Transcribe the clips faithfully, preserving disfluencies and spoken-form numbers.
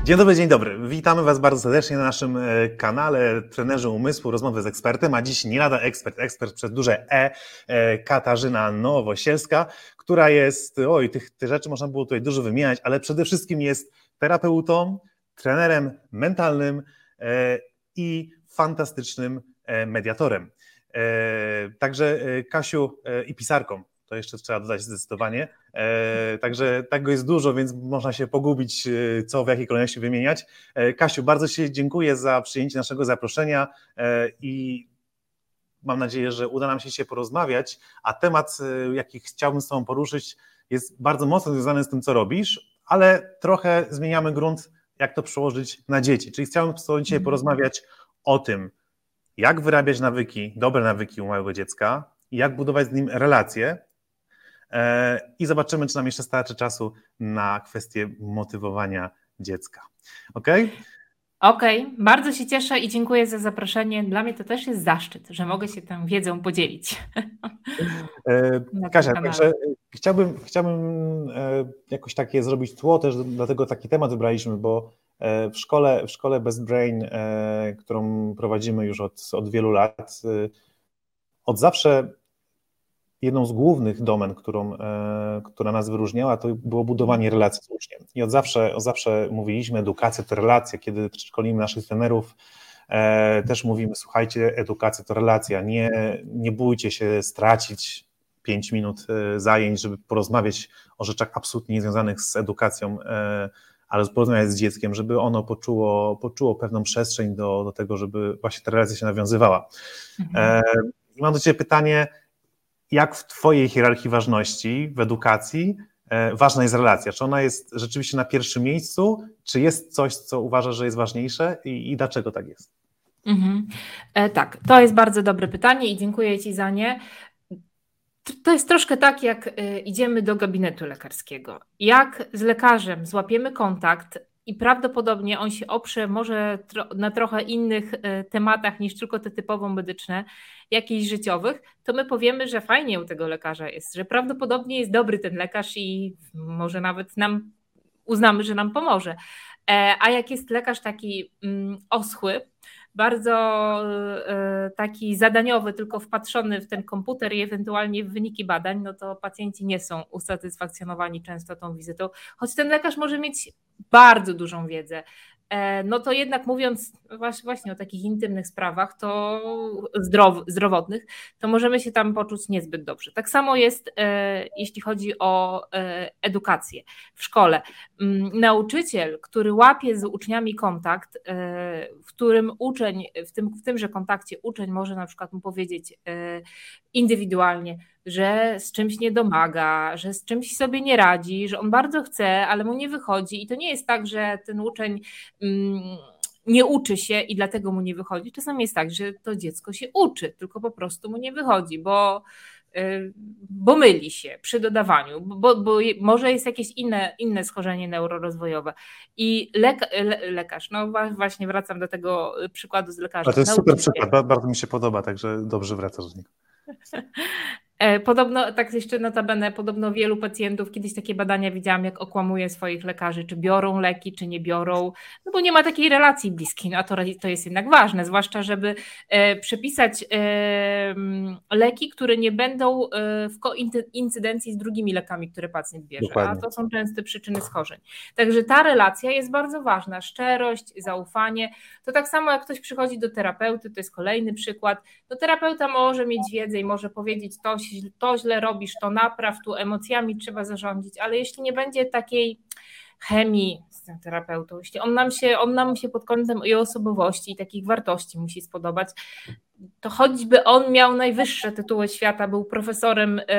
Dzień dobry, dzień dobry. Witamy Was bardzo serdecznie na naszym kanale Trenerzy Umysłu, rozmowy z ekspertem, a dziś nie lada ekspert, ekspert przez duże E, Katarzyna Nowosielska, która jest, oj, tych, tych rzeczy można było tutaj dużo wymieniać, ale przede wszystkim jest terapeutą, trenerem mentalnym i fantastycznym mediatorem. Także Kasiu i pisarką. To jeszcze trzeba dodać zdecydowanie. E, także tego jest dużo, więc można się pogubić, co w jakiej kolejności wymieniać. E, Kasiu, bardzo Ci dziękuję za przyjęcie naszego zaproszenia e, i mam nadzieję, że uda nam się dzisiaj porozmawiać, a temat, jaki chciałbym z Tobą poruszyć, jest bardzo mocno związany z tym, co robisz, ale trochę zmieniamy grunt, jak to przełożyć na dzieci. Czyli chciałbym z Tobą dzisiaj porozmawiać o tym, jak wyrabiać nawyki, dobre nawyki u małego dziecka, jak budować z nim relacje, i zobaczymy, czy nam jeszcze starczy czasu na kwestię motywowania dziecka. Okej? Okej, okay. Bardzo się cieszę i dziękuję za zaproszenie. Dla mnie to też jest zaszczyt, że mogę się tą wiedzą podzielić. Kasia, także chciałbym, chciałbym jakoś takie zrobić tło, też dlatego taki temat wybraliśmy, bo w szkole, w szkole Best Brain, którą prowadzimy już od, od wielu lat, od zawsze jedną z głównych domen, którą, która nas wyróżniała, to było budowanie relacji z uczniem. I od zawsze, od zawsze mówiliśmy, edukacja to relacje, kiedy szkolimy naszych trenerów, też mówimy, słuchajcie, edukacja to relacja, nie, nie bójcie się stracić pięć minut zajęć, żeby porozmawiać o rzeczach absolutnie niezwiązanych z edukacją, ale porozmawiać z dzieckiem, żeby ono poczuło, poczuło pewną przestrzeń do, do tego, żeby właśnie ta relacja się nawiązywała. Mhm. I mam do Ciebie pytanie, jak w Twojej hierarchii ważności w edukacji ważna jest relacja? Czy ona jest rzeczywiście na pierwszym miejscu, czy jest coś, co uważasz, że jest ważniejsze i, i dlaczego tak jest? Mhm. E, tak, to jest bardzo dobre pytanie i dziękuję Ci za nie. To jest troszkę tak, jak y, idziemy do gabinetu lekarskiego. Jak z lekarzem złapiemy kontakt i prawdopodobnie on się oprze może tro, na trochę innych y, tematach niż tylko te typowo medyczne, jakichś życiowych, to my powiemy, że fajnie u tego lekarza jest, że prawdopodobnie jest dobry ten lekarz i może nawet nam uznamy, że nam pomoże. E, a jak jest lekarz taki mm, oschły, bardzo e, taki zadaniowy, tylko wpatrzony w ten komputer i ewentualnie w wyniki badań, no to pacjenci nie są usatysfakcjonowani często tą wizytą, choć ten lekarz może mieć bardzo dużą wiedzę. No to jednak mówiąc właśnie o takich intymnych sprawach, to zdrow, zdrowotnych, to możemy się tam poczuć niezbyt dobrze. Tak samo jest, jeśli chodzi o edukację w szkole. Nauczyciel, który łapie z uczniami kontakt, w którym uczeń, w, tym, w tymże kontakcie uczeń może na przykład mu powiedzieć indywidualnie, że z czymś nie domaga, że z czymś sobie nie radzi, że on bardzo chce, ale mu nie wychodzi i to nie jest tak, że ten uczeń mm, nie uczy się i dlatego mu nie wychodzi. Czasami jest tak, że to dziecko się uczy, tylko po prostu mu nie wychodzi, bo, yy, bo myli się przy dodawaniu, bo, bo może jest jakieś inne, inne schorzenie neurorozwojowe. I leka, le, lekarz, no właśnie wracam do tego przykładu z lekarzem. Ale to jest super przykład, bardzo mi się podoba, także dobrze wracasz do niego. Podobno, tak jeszcze notabene, podobno wielu pacjentów, kiedyś takie badania widziałam, jak okłamuje swoich lekarzy, czy biorą leki, czy nie biorą, no bo nie ma takiej relacji bliskiej, no a to, to jest jednak ważne, zwłaszcza żeby e, przepisać e, leki, które nie będą e, w koincydencji z drugimi lekami, które pacjent bierze, Dokładnie. A to są częste przyczyny schorzeń. Także ta relacja jest bardzo ważna, szczerość, zaufanie, to tak samo jak ktoś przychodzi do terapeuty, to jest kolejny przykład, no terapeuta może mieć wiedzę i może powiedzieć to, to źle robisz, to napraw, tu emocjami trzeba zarządzić, ale jeśli nie będzie takiej chemii z tym terapeutą, jeśli on nam się, on nam się pod kątem i osobowości i takich wartości musi spodobać, to choćby on miał najwyższe tytuły świata, był profesorem y,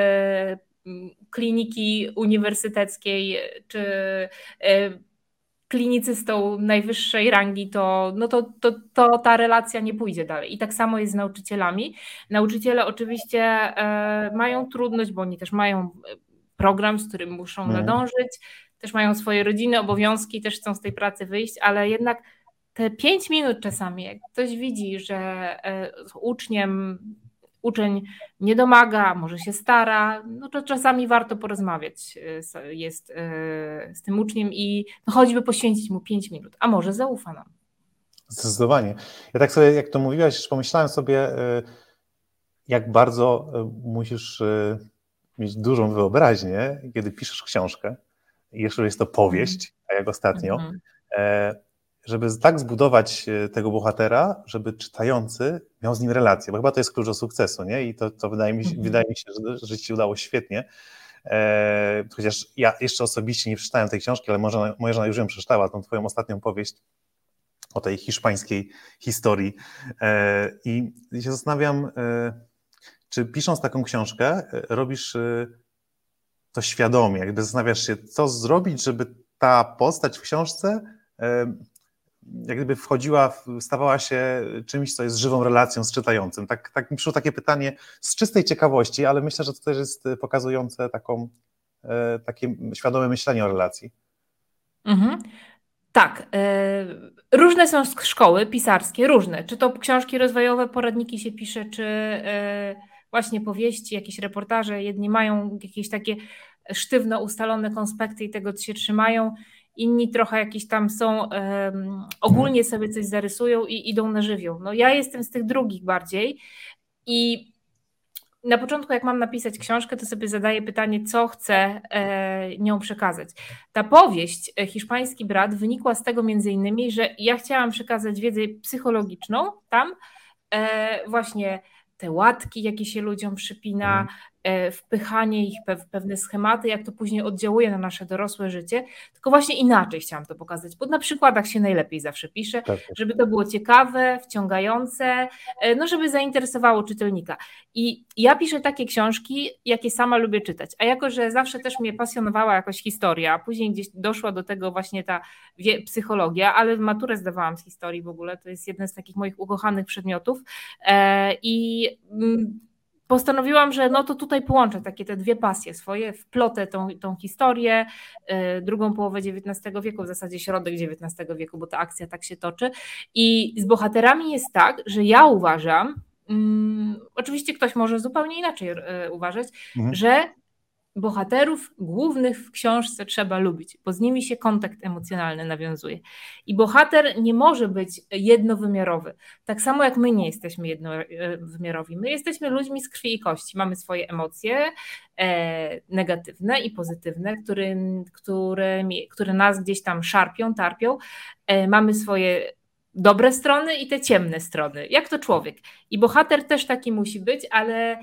kliniki uniwersyteckiej, czy y, klinicystą najwyższej rangi, to, no to, to, to ta relacja nie pójdzie dalej. I tak samo jest z nauczycielami. Nauczyciele oczywiście e, mają trudność, bo oni też mają program, z którym muszą hmm. nadążyć, też mają swoje rodziny, obowiązki, też chcą z tej pracy wyjść, ale jednak te pięć minut czasami, jak ktoś widzi, że e, z uczniem uczeń nie domaga, może się stara, no to czasami warto porozmawiać jest z tym uczniem i no choćby poświęcić mu pięć minut, a może zaufa nam. Zdecydowanie. Ja tak sobie, jak to mówiłaś, pomyślałem sobie, jak bardzo musisz mieć dużą wyobraźnię, kiedy piszesz książkę, i jeszcze jest to powieść, a jak ostatnio, mhm. żeby tak zbudować tego bohatera, żeby czytający miał z nim relację, bo chyba to jest klucz do sukcesu, nie? I to, to wydaje mi się, mhm. wydaje mi się że, że ci się udało świetnie. E, chociaż ja jeszcze osobiście nie przeczytałem tej książki, ale może, moja żona już ją przeczytała, tą twoją ostatnią powieść o tej hiszpańskiej historii. E, I się zastanawiam, e, czy pisząc taką książkę, e, robisz e, to świadomie, jakby zastanawiasz się, co zrobić, żeby ta postać w książce e, jak gdyby wchodziła, stawała się czymś, co jest żywą relacją z czytającym. Tak, tak mi przyszło takie pytanie z czystej ciekawości, ale myślę, że to też jest pokazujące taką, e, takie świadome myślenie o relacji. Mhm. Tak. Y, różne są szkoły pisarskie, różne. Czy to książki rozwojowe, poradniki się pisze, czy y, właśnie powieści, jakieś reportaże. Jedni mają jakieś takie sztywno ustalone konspekty i tego się trzymają. Inni trochę jakieś tam są, um, ogólnie sobie coś zarysują i idą na żywioł. No ja jestem z tych drugich bardziej i na początku jak mam napisać książkę, to sobie zadaję pytanie, co chcę e, nią przekazać. Ta powieść Hiszpański brat wynikła z tego między innymi, że ja chciałam przekazać wiedzę psychologiczną tam, e, właśnie te łatki, jakie się ludziom przypina, mhm. wpychanie ich w pewne schematy, jak to później oddziałuje na nasze dorosłe życie, tylko właśnie inaczej chciałam to pokazać, bo na przykładach się najlepiej zawsze pisze, tak. żeby to było ciekawe, wciągające, no żeby zainteresowało czytelnika. I ja piszę takie książki, jakie sama lubię czytać, a jako, że zawsze też mnie pasjonowała jakoś historia, a później gdzieś doszła do tego właśnie ta psychologia, ale maturę zdawałam z historii w ogóle, to jest jeden z takich moich ukochanych przedmiotów i postanowiłam, że no to tutaj połączę takie te dwie pasje swoje, wplotę tą, tą historię, yy, drugą połowę dziewiętnastego wieku, w zasadzie środek dziewiętnastego wieku, bo ta akcja tak się toczy. I z bohaterami jest tak, że ja uważam, yy, oczywiście ktoś może zupełnie inaczej yy, uważać, mhm. że bohaterów głównych w książce trzeba lubić, bo z nimi się kontakt emocjonalny nawiązuje. I bohater nie może być jednowymiarowy. Tak samo jak my nie jesteśmy jednowymiarowi. My jesteśmy ludźmi z krwi i kości. Mamy swoje emocje e, negatywne i pozytywne, które, które, które nas gdzieś tam szarpią, tarpią. E, mamy swoje dobre strony i te ciemne strony. Jak to człowiek. I bohater też taki musi być, ale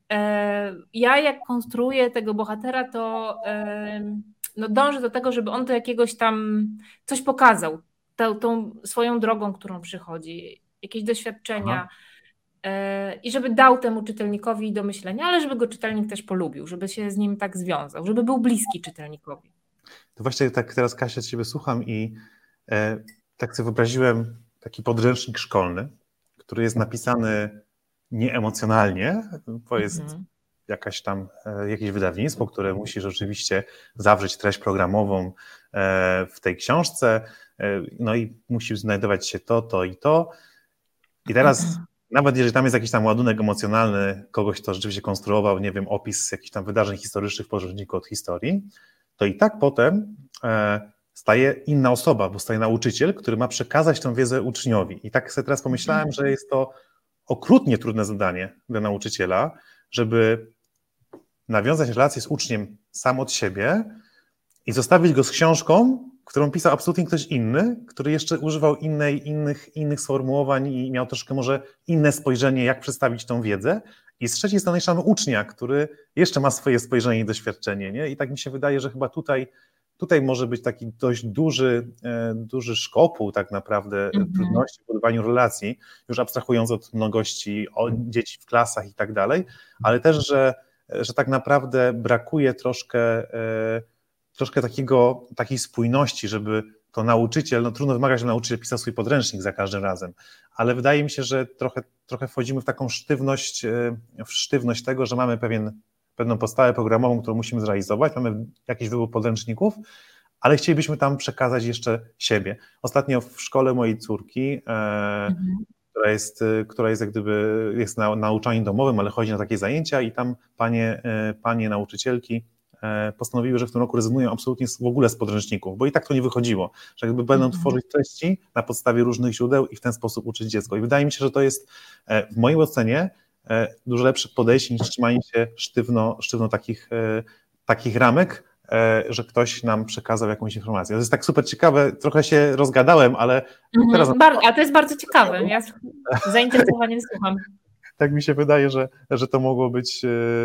ja jak konstruuję tego bohatera, to no, dążę do tego, żeby on to jakiegoś tam coś pokazał, tą, tą swoją drogą, którą przychodzi, jakieś doświadczenia. Aha. I żeby dał temu czytelnikowi do myślenia, ale żeby go czytelnik też polubił, żeby się z nim tak związał, żeby był bliski czytelnikowi. To właśnie tak teraz, Kasia, ciebie słucham i e, tak sobie wyobraziłem taki podręcznik szkolny, który jest napisany nieemocjonalnie, to jest mhm. jakaś tam, jakieś wydawnictwo, które musi rzeczywiście zawrzeć treść programową w tej książce, no i musi znajdować się to, to i to. I teraz mhm. nawet jeżeli tam jest jakiś tam ładunek emocjonalny kogoś, kto rzeczywiście konstruował, nie wiem, opis jakichś tam wydarzeń historycznych w podręczniku od historii, to i tak potem staje inna osoba, bo staje nauczyciel, który ma przekazać tę wiedzę uczniowi. I tak sobie teraz pomyślałem, że jest to okrutnie trudne zadanie dla nauczyciela, żeby nawiązać relację z uczniem sam od siebie i zostawić go z książką, którą pisał absolutnie ktoś inny, który jeszcze używał innej, innych, innych sformułowań i miał troszkę może inne spojrzenie, jak przedstawić tą wiedzę. I z trzeciej strony jeszcze mamy ucznia, który jeszcze ma swoje spojrzenie i doświadczenie. Nie? I tak mi się wydaje, że chyba tutaj Tutaj może być taki dość duży, duży szkopuł tak naprawdę mm-hmm. trudności w budowaniu relacji, już abstrahując od mnogości od dzieci w klasach i tak dalej, ale też, że, że tak naprawdę brakuje troszkę, troszkę takiego, takiej spójności, żeby to nauczyciel, no trudno wymagać, że nauczyciel pisał swój podręcznik za każdym razem, ale wydaje mi się, że trochę, trochę wchodzimy w taką sztywność, w sztywność tego, że mamy pewien pewną podstawę programową, którą musimy zrealizować, mamy jakiś wybór podręczników, ale chcielibyśmy tam przekazać jeszcze siebie. Ostatnio w szkole mojej córki, e, mhm. która jest, która jest jak gdyby jest na nauczaniu domowym, ale chodzi na takie zajęcia i tam panie, panie nauczycielki postanowiły, że w tym roku rezygnują absolutnie w ogóle z podręczników, bo i tak to nie wychodziło, że jakby będą mhm. tworzyć treści na podstawie różnych źródeł i w ten sposób uczyć dziecko. I wydaje mi się, że to jest w mojej ocenie dużo lepsze podejście niż trzymanie się sztywno, sztywno takich, takich ramek, że ktoś nam przekazał jakąś informację. To jest tak super ciekawe, trochę się rozgadałem, ale mhm. teraz... A to jest bardzo ciekawe, ja z zainteresowaniem słucham. Tak mi się wydaje, że, że to mogło być,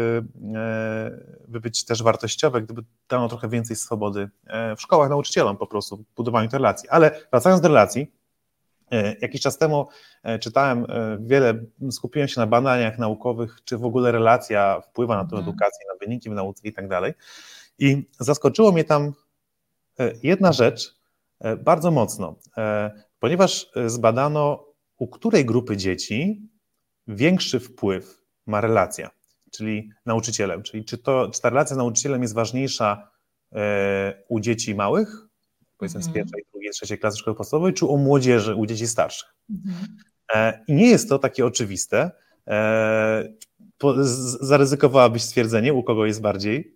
by być też wartościowe, gdyby dano trochę więcej swobody w szkołach nauczycielom po prostu w budowaniu tych relacji. Ale wracając do relacji, jakiś czas temu czytałem wiele, skupiłem się na badaniach naukowych, czy w ogóle relacja wpływa na tę Mhm. edukację, na wyniki w nauce i tak dalej. I zaskoczyło mnie tam jedna rzecz bardzo mocno, ponieważ zbadano, u której grupy dzieci większy wpływ ma relacja, czyli nauczycielem, czyli czy, to, czy ta relacja z nauczycielem jest ważniejsza u dzieci małych, powiedzmy z pierwszej, drugiej, trzeciej klasy szkoły podstawowej, czy u młodzieży, u dzieci starszych. Mhm. I nie jest to takie oczywiste. Zaryzykowałabyś stwierdzenie, u kogo jest bardziej?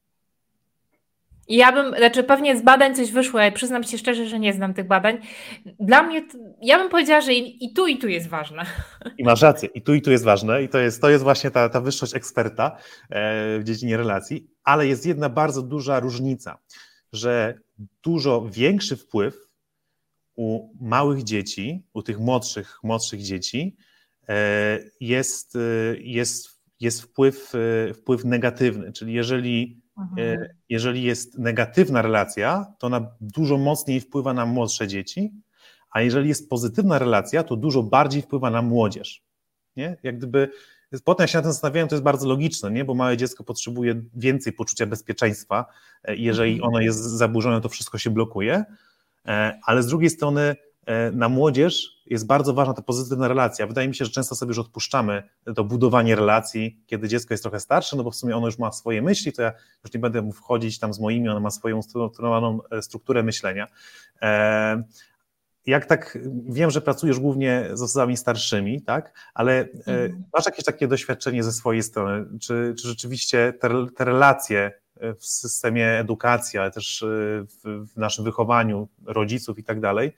Ja bym, znaczy pewnie z badań coś wyszło, ja przyznam się szczerze, że nie znam tych badań. Dla mnie, ja bym powiedziała, że i, i tu, i tu jest ważne. I masz rację, i tu, i tu jest ważne i to jest, to jest właśnie ta, ta wyższość eksperta w dziedzinie relacji, ale jest jedna bardzo duża różnica, że dużo większy wpływ u małych dzieci, u tych młodszych, młodszych dzieci jest, jest, jest wpływ, wpływ negatywny, czyli jeżeli Mhm. jeżeli jest negatywna relacja, to ona dużo mocniej wpływa na młodsze dzieci, a jeżeli jest pozytywna relacja, to dużo bardziej wpływa na młodzież. Nie? Jak gdyby, potem jak się na tym zastanawiałem, to jest bardzo logiczne, nie? Bo małe dziecko potrzebuje więcej poczucia bezpieczeństwa i jeżeli mhm. ono jest zaburzone, to wszystko się blokuje, ale z drugiej strony na młodzież jest bardzo ważna ta pozytywna relacja. Wydaje mi się, że często sobie już odpuszczamy to budowanie relacji, kiedy dziecko jest trochę starsze, no bo w sumie ono już ma swoje myśli, to ja już nie będę wchodzić tam z moimi, ono ma swoją strukturowaną strukturę myślenia. Jak tak, wiem, że pracujesz głównie z osobami starszymi, tak, ale mhm. masz jakieś takie doświadczenie ze swojej strony, czy, czy rzeczywiście te, te relacje w systemie edukacji, ale też w, w naszym wychowaniu rodziców i tak dalej,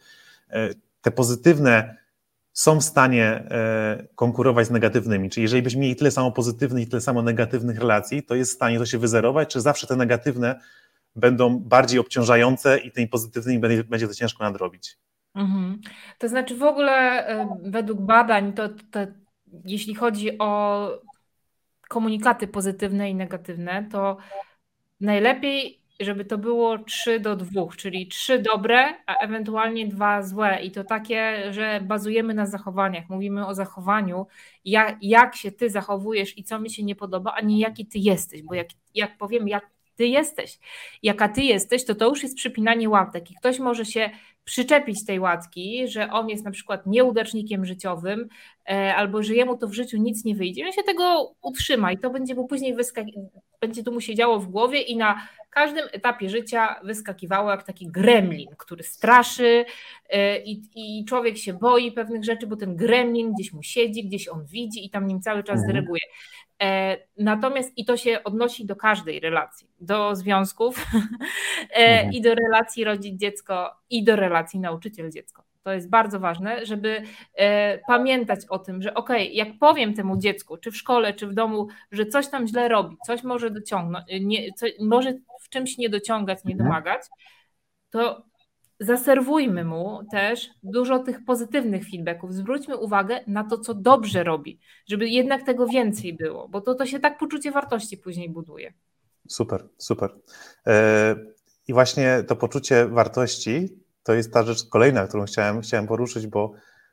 te pozytywne są w stanie konkurować z negatywnymi? Czy jeżeli byśmy mieli tyle samo pozytywnych i tyle samo negatywnych relacji, to jest w stanie to się wyzerować, czy zawsze te negatywne będą bardziej obciążające i tymi pozytywnymi będzie, będzie to ciężko nadrobić? Mhm. To znaczy w ogóle według badań, to, to jeśli chodzi o komunikaty pozytywne i negatywne, to najlepiej, żeby to było trzy do dwóch, czyli trzy dobre, a ewentualnie dwa złe. I to takie, że bazujemy na zachowaniach. Mówimy o zachowaniu, jak, jak się ty zachowujesz i co mi się nie podoba, a nie jaki ty jesteś. Bo jak, jak powiem, jak ty jesteś, jaka ty jesteś, to to już jest przypinanie łatek. I ktoś może się przyczepić tej łatki, że on jest na przykład nieudacznikiem życiowym, albo że jemu to w życiu nic nie wyjdzie. On się tego utrzyma i to będzie mu później wyskakiwać, będzie to mu się działo w głowie i na każdym etapie życia wyskakiwało jak taki gremlin, który straszy i, i człowiek się boi pewnych rzeczy, bo ten gremlin gdzieś mu siedzi, gdzieś on widzi i tam nim cały czas mhm. dyryguje. Natomiast i to się odnosi do każdej relacji, do związków mhm. i do relacji rodzic-dziecko i do relacji nauczyciel-dziecko. To jest bardzo ważne, żeby e, pamiętać o tym, że okej, okay, jak powiem temu dziecku, czy w szkole, czy w domu, że coś tam źle robi, coś może dociągnąć, nie, co, może w czymś nie dociągać, nie domagać, to zaserwujmy mu też dużo tych pozytywnych feedbacków. Zwróćmy uwagę na to, co dobrze robi, żeby jednak tego więcej było, bo to, to się tak poczucie wartości później buduje. Super, super. E, I właśnie to poczucie wartości to jest ta rzecz kolejna, którą chciałem, chciałem poruszyć, bo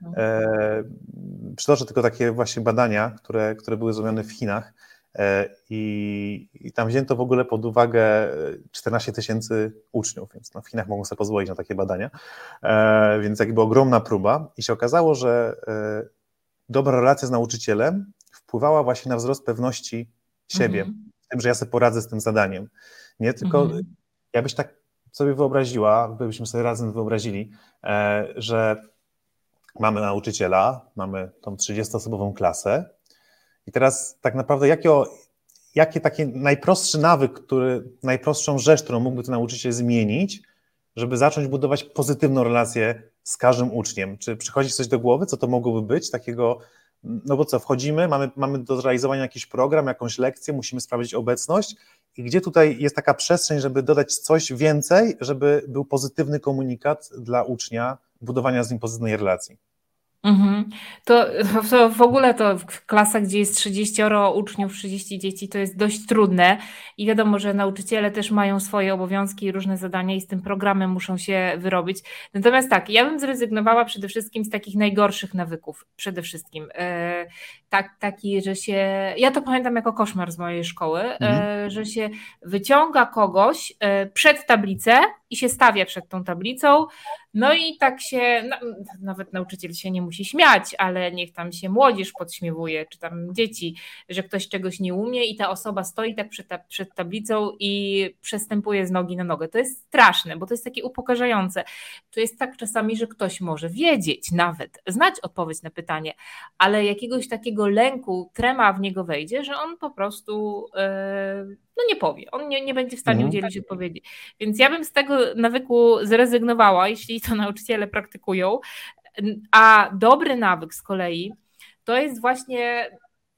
e, przytoczę tylko takie właśnie badania, które, które były zrobione w Chinach e, i, i tam wzięto w ogóle pod uwagę czternaście tysięcy uczniów, więc no, w Chinach mogą sobie pozwolić na takie badania, e, więc jakby ogromna próba i się okazało, że e, dobra relacja z nauczycielem wpływała właśnie na wzrost pewności siebie, mhm. w tym, że ja sobie poradzę z tym zadaniem. Nie tylko, mhm. jakbyś tak sobie wyobraziła, byśmy sobie razem wyobrazili, że mamy nauczyciela, mamy tą trzydziestoosobową klasę i teraz tak naprawdę jakie, jakie taki najprostszy nawyk, który, najprostszą rzecz, którą mógłby ten nauczyciel zmienić, żeby zacząć budować pozytywną relację z każdym uczniem? Czy przychodzi coś do głowy, co to mogłoby być takiego, no bo co, wchodzimy, mamy, mamy do zrealizowania jakiś program, jakąś lekcję, musimy sprawdzić obecność i gdzie tutaj jest taka przestrzeń, żeby dodać coś więcej, żeby był pozytywny komunikat dla ucznia, budowania z nim pozytywnej relacji? Mhm. To, to w ogóle to w klasach, gdzie jest trzydzieści uczniów, trzydzieści dzieci, to jest dość trudne i wiadomo, że nauczyciele też mają swoje obowiązki i różne zadania i z tym programem muszą się wyrobić. Natomiast tak, ja bym zrezygnowała przede wszystkim z takich najgorszych nawyków, przede wszystkim. E, tak, taki, że się, ja to pamiętam jako koszmar z mojej szkoły, Mhm. e, że się wyciąga kogoś e, przed tablicę i się stawia przed tą tablicą. No i tak się, no, nawet nauczyciel się nie musi śmiać, ale niech tam się młodzież podśmiewuje, czy tam dzieci, że ktoś czegoś nie umie i ta osoba stoi tak przed, ta, przed tablicą i przestępuje z nogi na nogę. To jest straszne, bo to jest takie upokarzające. To jest tak czasami, że ktoś może wiedzieć nawet, znać odpowiedź na pytanie, ale jakiegoś takiego lęku, trema w niego wejdzie, że on po prostu yy, no nie powie, on nie, nie będzie w stanie Mhm. udzielić odpowiedzi. Więc ja bym z tego nawyku zrezygnowała, jeśli to nauczyciele praktykują. A dobry nawyk z kolei to jest właśnie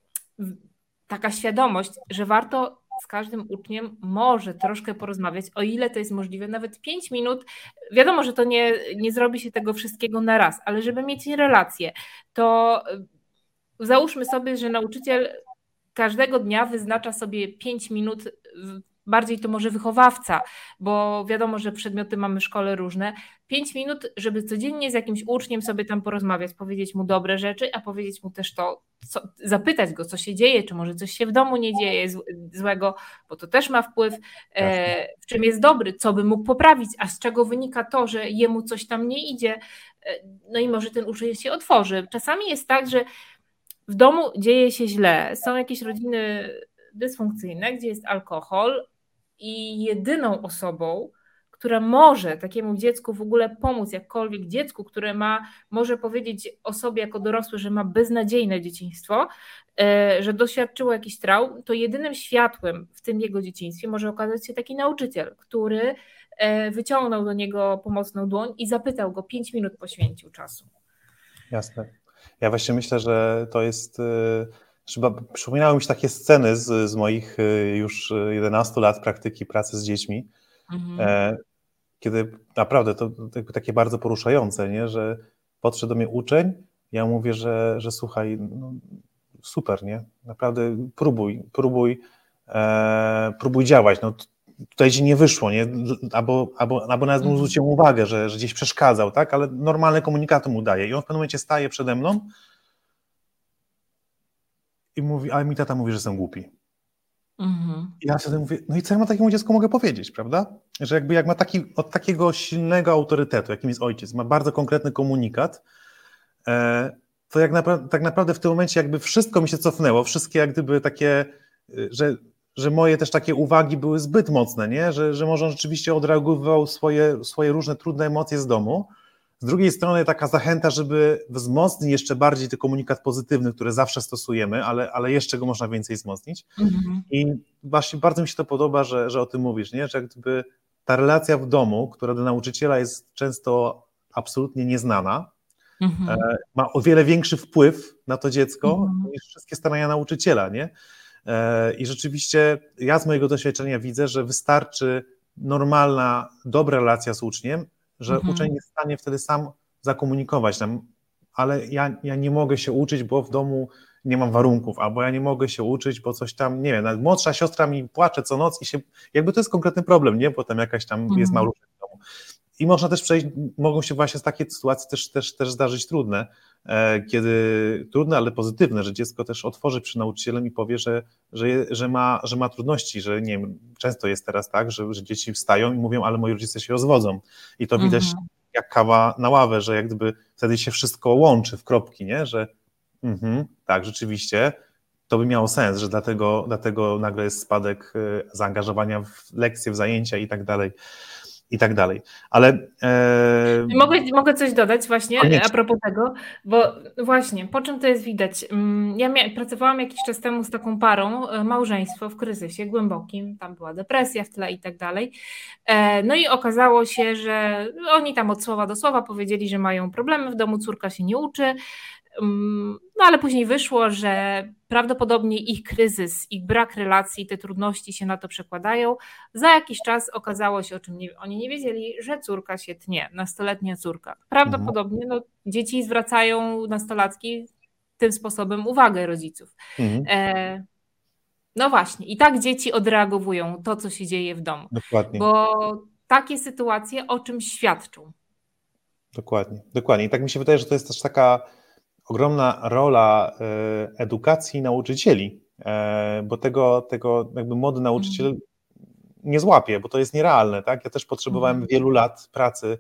taka świadomość, że warto z każdym uczniem może troszkę porozmawiać, o ile to jest możliwe, nawet pięć minut. Wiadomo, że to nie, nie zrobi się tego wszystkiego na raz, ale żeby mieć relację, to załóżmy sobie, że nauczyciel każdego dnia wyznacza sobie pięć minut, bardziej to może wychowawca, bo wiadomo, że przedmioty mamy w szkole różne, pięć minut, żeby codziennie z jakimś uczniem sobie tam porozmawiać, powiedzieć mu dobre rzeczy, a powiedzieć mu też to, co, zapytać go, co się dzieje, czy może coś się w domu nie dzieje złego, bo to też ma wpływ, e, w czym jest dobry, co by mógł poprawić, a z czego wynika to, że jemu coś tam nie idzie, no i może ten uczeń się otworzy. Czasami jest tak, że w domu dzieje się źle, są jakieś rodziny dysfunkcyjne, gdzie jest alkohol i jedyną osobą, która może takiemu dziecku w ogóle pomóc, jakkolwiek dziecku, które ma, może powiedzieć o sobie jako dorosły, że ma beznadziejne dzieciństwo, że doświadczyło jakichś traum, to jedynym światłem w tym jego dzieciństwie może okazać się taki nauczyciel, który wyciągnął do niego pomocną dłoń i zapytał go, pięć minut poświęcił czasu. Jasne. Ja właśnie myślę, że to jest, chyba przypominały mi się takie sceny z, z moich już jedenastu lat praktyki pracy z dziećmi, mhm. kiedy naprawdę to, to takie bardzo poruszające, nie? Że podszedł do mnie uczeń, ja mówię, że, że słuchaj, no, super, nie? Naprawdę próbuj, próbuj, e, próbuj działać, no tutaj ci nie wyszło, nie? Albo, albo, albo nawet mu zwróciłem uwagę, że, że gdzieś przeszkadzał, tak? Ale normalne komunikaty mu daje i on w pewnym momencie staje przede mną i mówi, a mi tata mówi, że jestem głupi. Mhm. I ja wtedy mówię, no i co ja ma takiemu dziecku mogę powiedzieć, prawda? Że jakby jak ma taki, od takiego silnego autorytetu, jakim jest ojciec, ma bardzo konkretny komunikat, e, to jak napra- tak naprawdę w tym momencie jakby wszystko mi się cofnęło, wszystkie jak gdyby takie, że, że moje też takie uwagi były zbyt mocne, nie? Że, że może on rzeczywiście odreagowywał swoje, swoje różne trudne emocje z domu. Z drugiej strony taka zachęta, żeby wzmocnić jeszcze bardziej ten komunikat pozytywny, który zawsze stosujemy, ale, ale jeszcze go można więcej wzmocnić. Mhm. I właśnie bardzo mi się to podoba, że, że o tym mówisz, nie? Że jak gdyby ta relacja w domu, która dla nauczyciela jest często absolutnie nieznana, mhm. ma o wiele większy wpływ na to dziecko mhm. niż wszystkie starania nauczyciela, nie? I rzeczywiście ja z mojego doświadczenia widzę, że wystarczy normalna, dobra relacja z uczniem, że mhm. uczeń jest w stanie wtedy sam zakomunikować nam, ale ja, ja nie mogę się uczyć, bo w domu nie mam warunków, albo ja nie mogę się uczyć, bo coś tam, nie wiem, nawet młodsza siostra mi płacze co noc i się, jakby to jest konkretny problem, nie? Potem jakaś tam mhm. jest malucha w domu. I można też przejść, mogą się właśnie z takiej sytuacji też, też, też zdarzyć trudne, e, kiedy, trudne, ale pozytywne, że dziecko też otworzy przy nauczycielem i powie, że, że, że, ma, że ma trudności, że nie wiem, często jest teraz tak, że, że dzieci wstają i mówią, ale moi rodzice się rozwodzą. I to mhm. widać jak kawa na ławę, że jak gdyby wtedy się wszystko łączy w kropki, nie? Że mhm, tak, rzeczywiście, to by miało sens, że dlatego, dlatego nagle jest spadek zaangażowania w lekcje, w zajęcia i tak dalej. i tak dalej. Ale e... mogę, mogę coś dodać właśnie Koniecznie. A propos tego, bo właśnie, po czym to jest widać? Ja mia- pracowałam jakiś czas temu z taką parą, małżeństwo w kryzysie głębokim, tam była depresja w tle i tak dalej. No i okazało się, że oni tam od słowa do słowa powiedzieli, że mają problemy w domu, córka się nie uczy. No ale później wyszło, że prawdopodobnie ich kryzys, ich brak relacji, te trudności się na to przekładają. Za jakiś czas okazało się, o czym nie, oni nie wiedzieli, że córka się tnie, nastoletnia córka. Prawdopodobnie no, dzieci zwracają, nastolatki, tym sposobem uwagę rodziców. Mhm. E, no właśnie, i tak dzieci odreagowują to, co się dzieje w domu. Dokładnie. Bo takie sytuacje o czymś świadczą. Dokładnie, dokładnie. I tak mi się wydaje, że to jest też taka ogromna rola edukacji nauczycieli, bo tego, tego jakby młody nauczyciel mm. nie złapie, bo to jest nierealne, tak? Ja też potrzebowałem mm. wielu lat pracy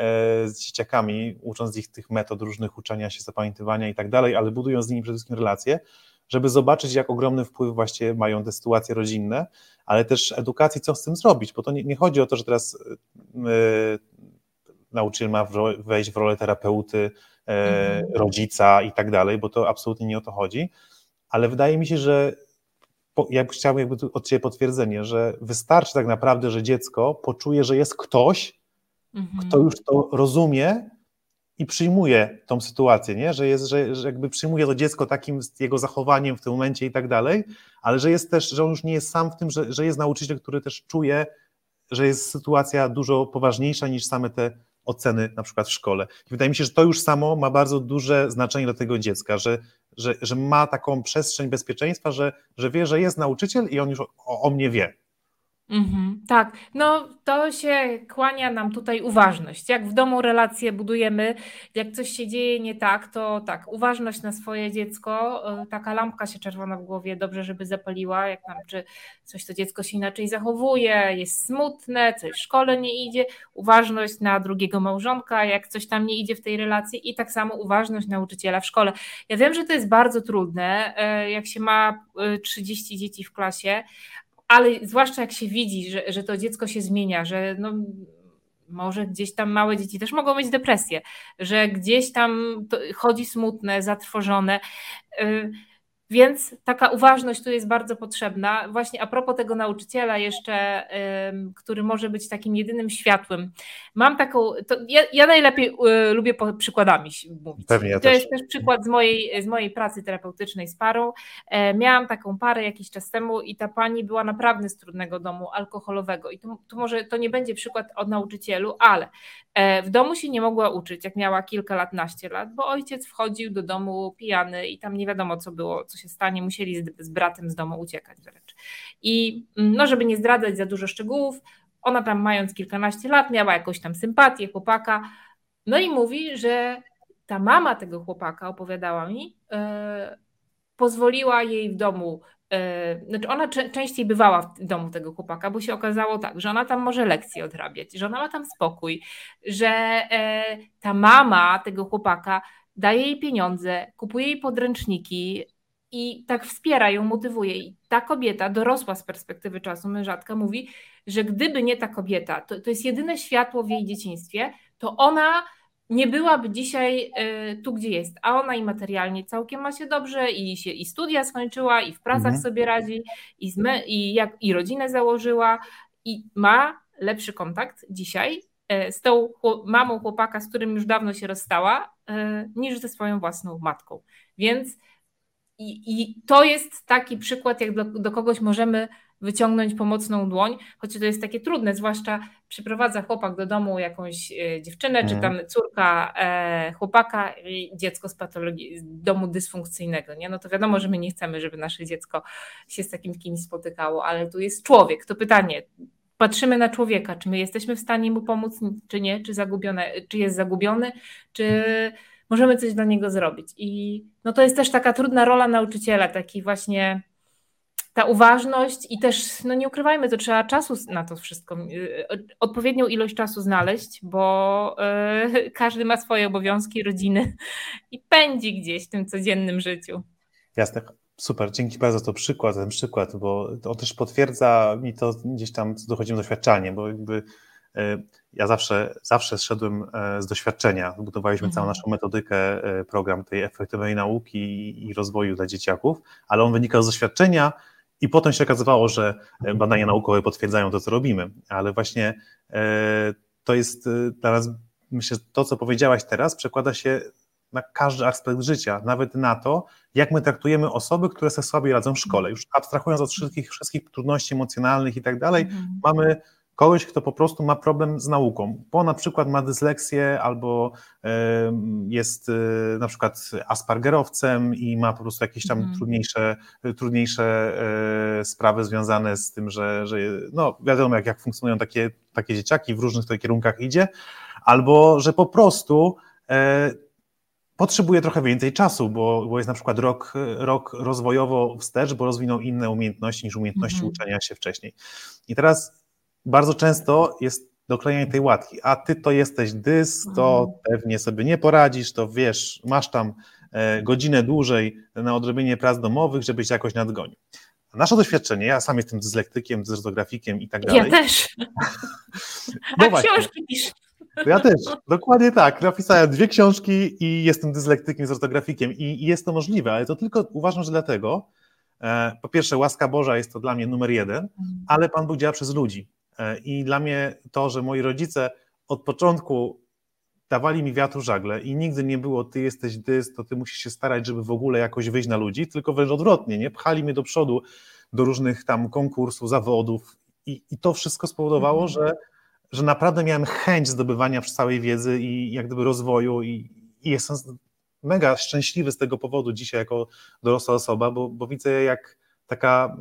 z dzieciakami, ucząc ich tych metod różnych uczenia się, zapamiętywania i tak dalej, ale budując z nimi przede wszystkim relacje, żeby zobaczyć, jak ogromny wpływ właśnie mają te sytuacje rodzinne, ale też edukacji, co z tym zrobić, bo to nie, nie chodzi o to, że teraz yy, nauczyciel ma wejść w rolę terapeuty, e, rodzica i tak dalej, bo to absolutnie nie o to chodzi, ale wydaje mi się, że po, ja chciałbym jakby tu od Ciebie potwierdzenie, że wystarczy tak naprawdę, że dziecko poczuje, że jest ktoś, mhm. kto już to rozumie i przyjmuje tą sytuację, nie? Że, jest, że, że jakby przyjmuje to dziecko takim jego zachowaniem w tym momencie i tak dalej, ale że jest też, że on już nie jest sam w tym, że, że jest nauczyciel, który też czuje, że jest sytuacja dużo poważniejsza niż same te oceny na przykład w szkole. I wydaje mi się, że to już samo ma bardzo duże znaczenie dla tego dziecka, że, że, że ma taką przestrzeń bezpieczeństwa, że, że wie, że jest nauczyciel i on już o, o mnie wie. Mhm, tak, no to się kłania nam tutaj uważność. Jak w domu relacje budujemy, jak coś się dzieje nie tak, to tak, uważność na swoje dziecko, taka lampka się czerwona w głowie, dobrze, żeby zapaliła, jak tam, czy coś to dziecko się inaczej zachowuje, jest smutne, coś w szkole nie idzie, uważność na drugiego małżonka, jak coś tam nie idzie w tej relacji i tak samo uważność nauczyciela w szkole. Ja wiem, że to jest bardzo trudne, jak się ma trzydzieści dzieci w klasie, ale zwłaszcza jak się widzi, że, że to dziecko się zmienia, że no, może gdzieś tam małe dzieci też mogą mieć depresję, że gdzieś tam chodzi smutne, zatrwożone, yy, więc taka uważność tu jest bardzo potrzebna. Właśnie a propos tego nauczyciela jeszcze, yy, który może być takim jedynym światłem. Mam taką, to ja, ja najlepiej yy, lubię po przykładami mówić. Pewnie ja to też. jest też przykład z mojej, z mojej pracy terapeutycznej z parą. E, miałam taką parę jakiś czas temu i ta pani była naprawdę z trudnego domu alkoholowego i tu, tu może to nie będzie przykład od nauczycielu, ale e, w domu się nie mogła uczyć, jak miała kilka lat, naście lat, bo ojciec wchodził do domu pijany i tam nie wiadomo co było, co się stanie, musieli z, z bratem z domu uciekać wręcz. I no, żeby nie zdradzać za dużo szczegółów, ona tam mając kilkanaście lat miała jakąś tam sympatię chłopaka, no i mówi, że ta mama tego chłopaka, opowiadała mi, yy, pozwoliła jej w domu, yy, znaczy ona cze- częściej bywała w domu tego chłopaka, bo się okazało tak, że ona tam może lekcje odrabiać, że ona ma tam spokój, że yy, ta mama tego chłopaka daje jej pieniądze, kupuje jej podręczniki i tak wspiera ją, motywuje. I ta kobieta, dorosła z perspektywy czasu, mężatka, mówi, że gdyby nie ta kobieta, to, to jest jedyne światło w jej dzieciństwie, to ona nie byłaby dzisiaj y, tu, gdzie jest, a ona i materialnie całkiem ma się dobrze i, się, i studia skończyła, i w pracach mhm. sobie radzi, i, zme, i, jak, i rodzinę założyła i ma lepszy kontakt dzisiaj y, z tą chłop- mamą chłopaka, z którym już dawno się rozstała, y, niż ze swoją własną matką. Więc i, i to jest taki przykład, jak do, do kogoś możemy wyciągnąć pomocną dłoń, choć to jest takie trudne, zwłaszcza przyprowadza chłopak do domu jakąś e, dziewczynę, mm. czy tam córka e, chłopaka i dziecko z patologii, z domu dysfunkcyjnego, nie? No to wiadomo, że my nie chcemy, żeby nasze dziecko się z takim kimś spotykało, ale tu jest człowiek, to pytanie, patrzymy na człowieka, czy my jesteśmy w stanie mu pomóc, czy nie, czy zagubione, czy jest zagubiony, czy możemy coś dla niego zrobić. I no to jest też taka trudna rola nauczyciela, taki właśnie ta uważność i też, no nie ukrywajmy, to trzeba czasu na to wszystko, odpowiednią ilość czasu znaleźć, bo yy, każdy ma swoje obowiązki, rodziny i pędzi gdzieś w tym codziennym życiu. Jasne, super, dzięki bardzo za to przykład, ten przykład, bo to też potwierdza mi to gdzieś tam, co dochodzimy doświadczalnie, bo jakby Ja zawsze, zawsze szedłem z doświadczenia, zbudowaliśmy mhm. całą naszą metodykę, program tej efektywnej nauki i rozwoju dla dzieciaków, ale on wynikał z doświadczenia i potem się okazywało, że badania naukowe potwierdzają to, co robimy, ale właśnie to jest dla nas, myślę, to, co powiedziałaś teraz, przekłada się na każdy aspekt życia, nawet na to, jak my traktujemy osoby, które sobie słabiej radzą w szkole. Już abstrahując od wszystkich, wszystkich trudności emocjonalnych i tak dalej, mhm. mamy kogoś, kto po prostu ma problem z nauką, bo na przykład ma dysleksję albo y, jest y, na przykład aspergerowcem i ma po prostu jakieś tam mhm. trudniejsze, trudniejsze y, sprawy związane z tym, że, że no wiadomo, jak, jak funkcjonują takie, takie dzieciaki, w różnych tutaj kierunkach idzie, albo że po prostu y, potrzebuje trochę więcej czasu, bo, bo jest na przykład rok, rok rozwojowo wstecz, bo rozwinął inne umiejętności niż umiejętności mhm. uczenia się wcześniej. I teraz bardzo często jest doklejanie tej łatki, a ty to jesteś dys, to mhm. pewnie sobie nie poradzisz, to wiesz, masz tam e, godzinę dłużej na odrobienie prac domowych, żebyś jakoś nadgonił. A nasze doświadczenie, ja sam jestem dyslektykiem, dysgrafikiem i tak dalej. Ja też. No a właśnie. Książki pisz. Ja też, dokładnie tak. Napisałem dwie książki i jestem dyslektykiem z ortografikiem i, i jest to możliwe, ale to tylko uważam, że dlatego, e, po pierwsze łaska Boża jest to dla mnie numer jeden, ale Pan Bóg działa przez ludzi e, i dla mnie to, że moi rodzice od początku dawali mi wiatru żagle i nigdy nie było ty jesteś dys, to ty musisz się starać, żeby w ogóle jakoś wyjść na ludzi, tylko wręcz odwrotnie, nie? Pchali mnie do przodu do różnych tam konkursów, zawodów i, i to wszystko spowodowało, mhm. że że naprawdę miałem chęć zdobywania całej wiedzy i jak gdyby rozwoju i, i jestem mega szczęśliwy z tego powodu dzisiaj jako dorosła osoba, bo, bo widzę jak taka,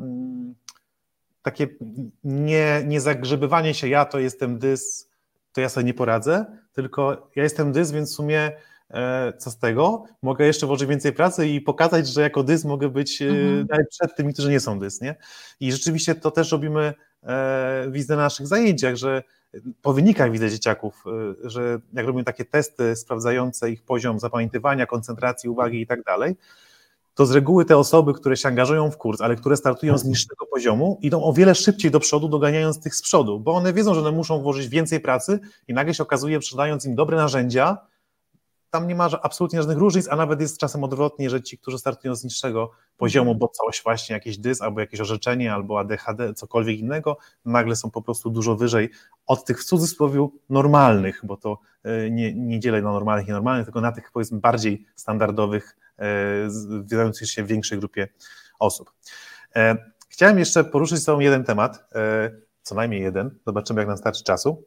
takie nie, nie zagrzebywanie się ja to jestem dys, to ja sobie nie poradzę, tylko ja jestem dys, więc w sumie e, co z tego? Mogę jeszcze włożyć więcej pracy i pokazać, że jako dys mogę być mhm. e, nawet przed tymi, którzy nie są dys, nie? I rzeczywiście to też robimy e, widzę na naszych zajęciach, że po wynikach widzę dzieciaków, że jak robimy takie testy sprawdzające ich poziom zapamiętywania, koncentracji, uwagi i tak dalej, to z reguły te osoby, które się angażują w kurs, ale które startują z niższego poziomu, idą o wiele szybciej do przodu, doganiając tych z przodu, bo one wiedzą, że one muszą włożyć więcej pracy i nagle się okazuje, sprzedając im dobre narzędzia, tam nie ma absolutnie żadnych różnic, a nawet jest czasem odwrotnie, że ci, którzy startują z niższego poziomu, bo coś właśnie jakiś dys, albo jakieś orzeczenie, albo A D H D, cokolwiek innego, nagle są po prostu dużo wyżej od tych w cudzysłowie normalnych, bo to nie, nie dzielę na normalnych i nienormalnych, tylko na tych powiedzmy bardziej standardowych, wydających się w większej grupie osób. Chciałem jeszcze poruszyć z tobą jeden temat, co najmniej jeden, zobaczymy jak nam starczy czasu,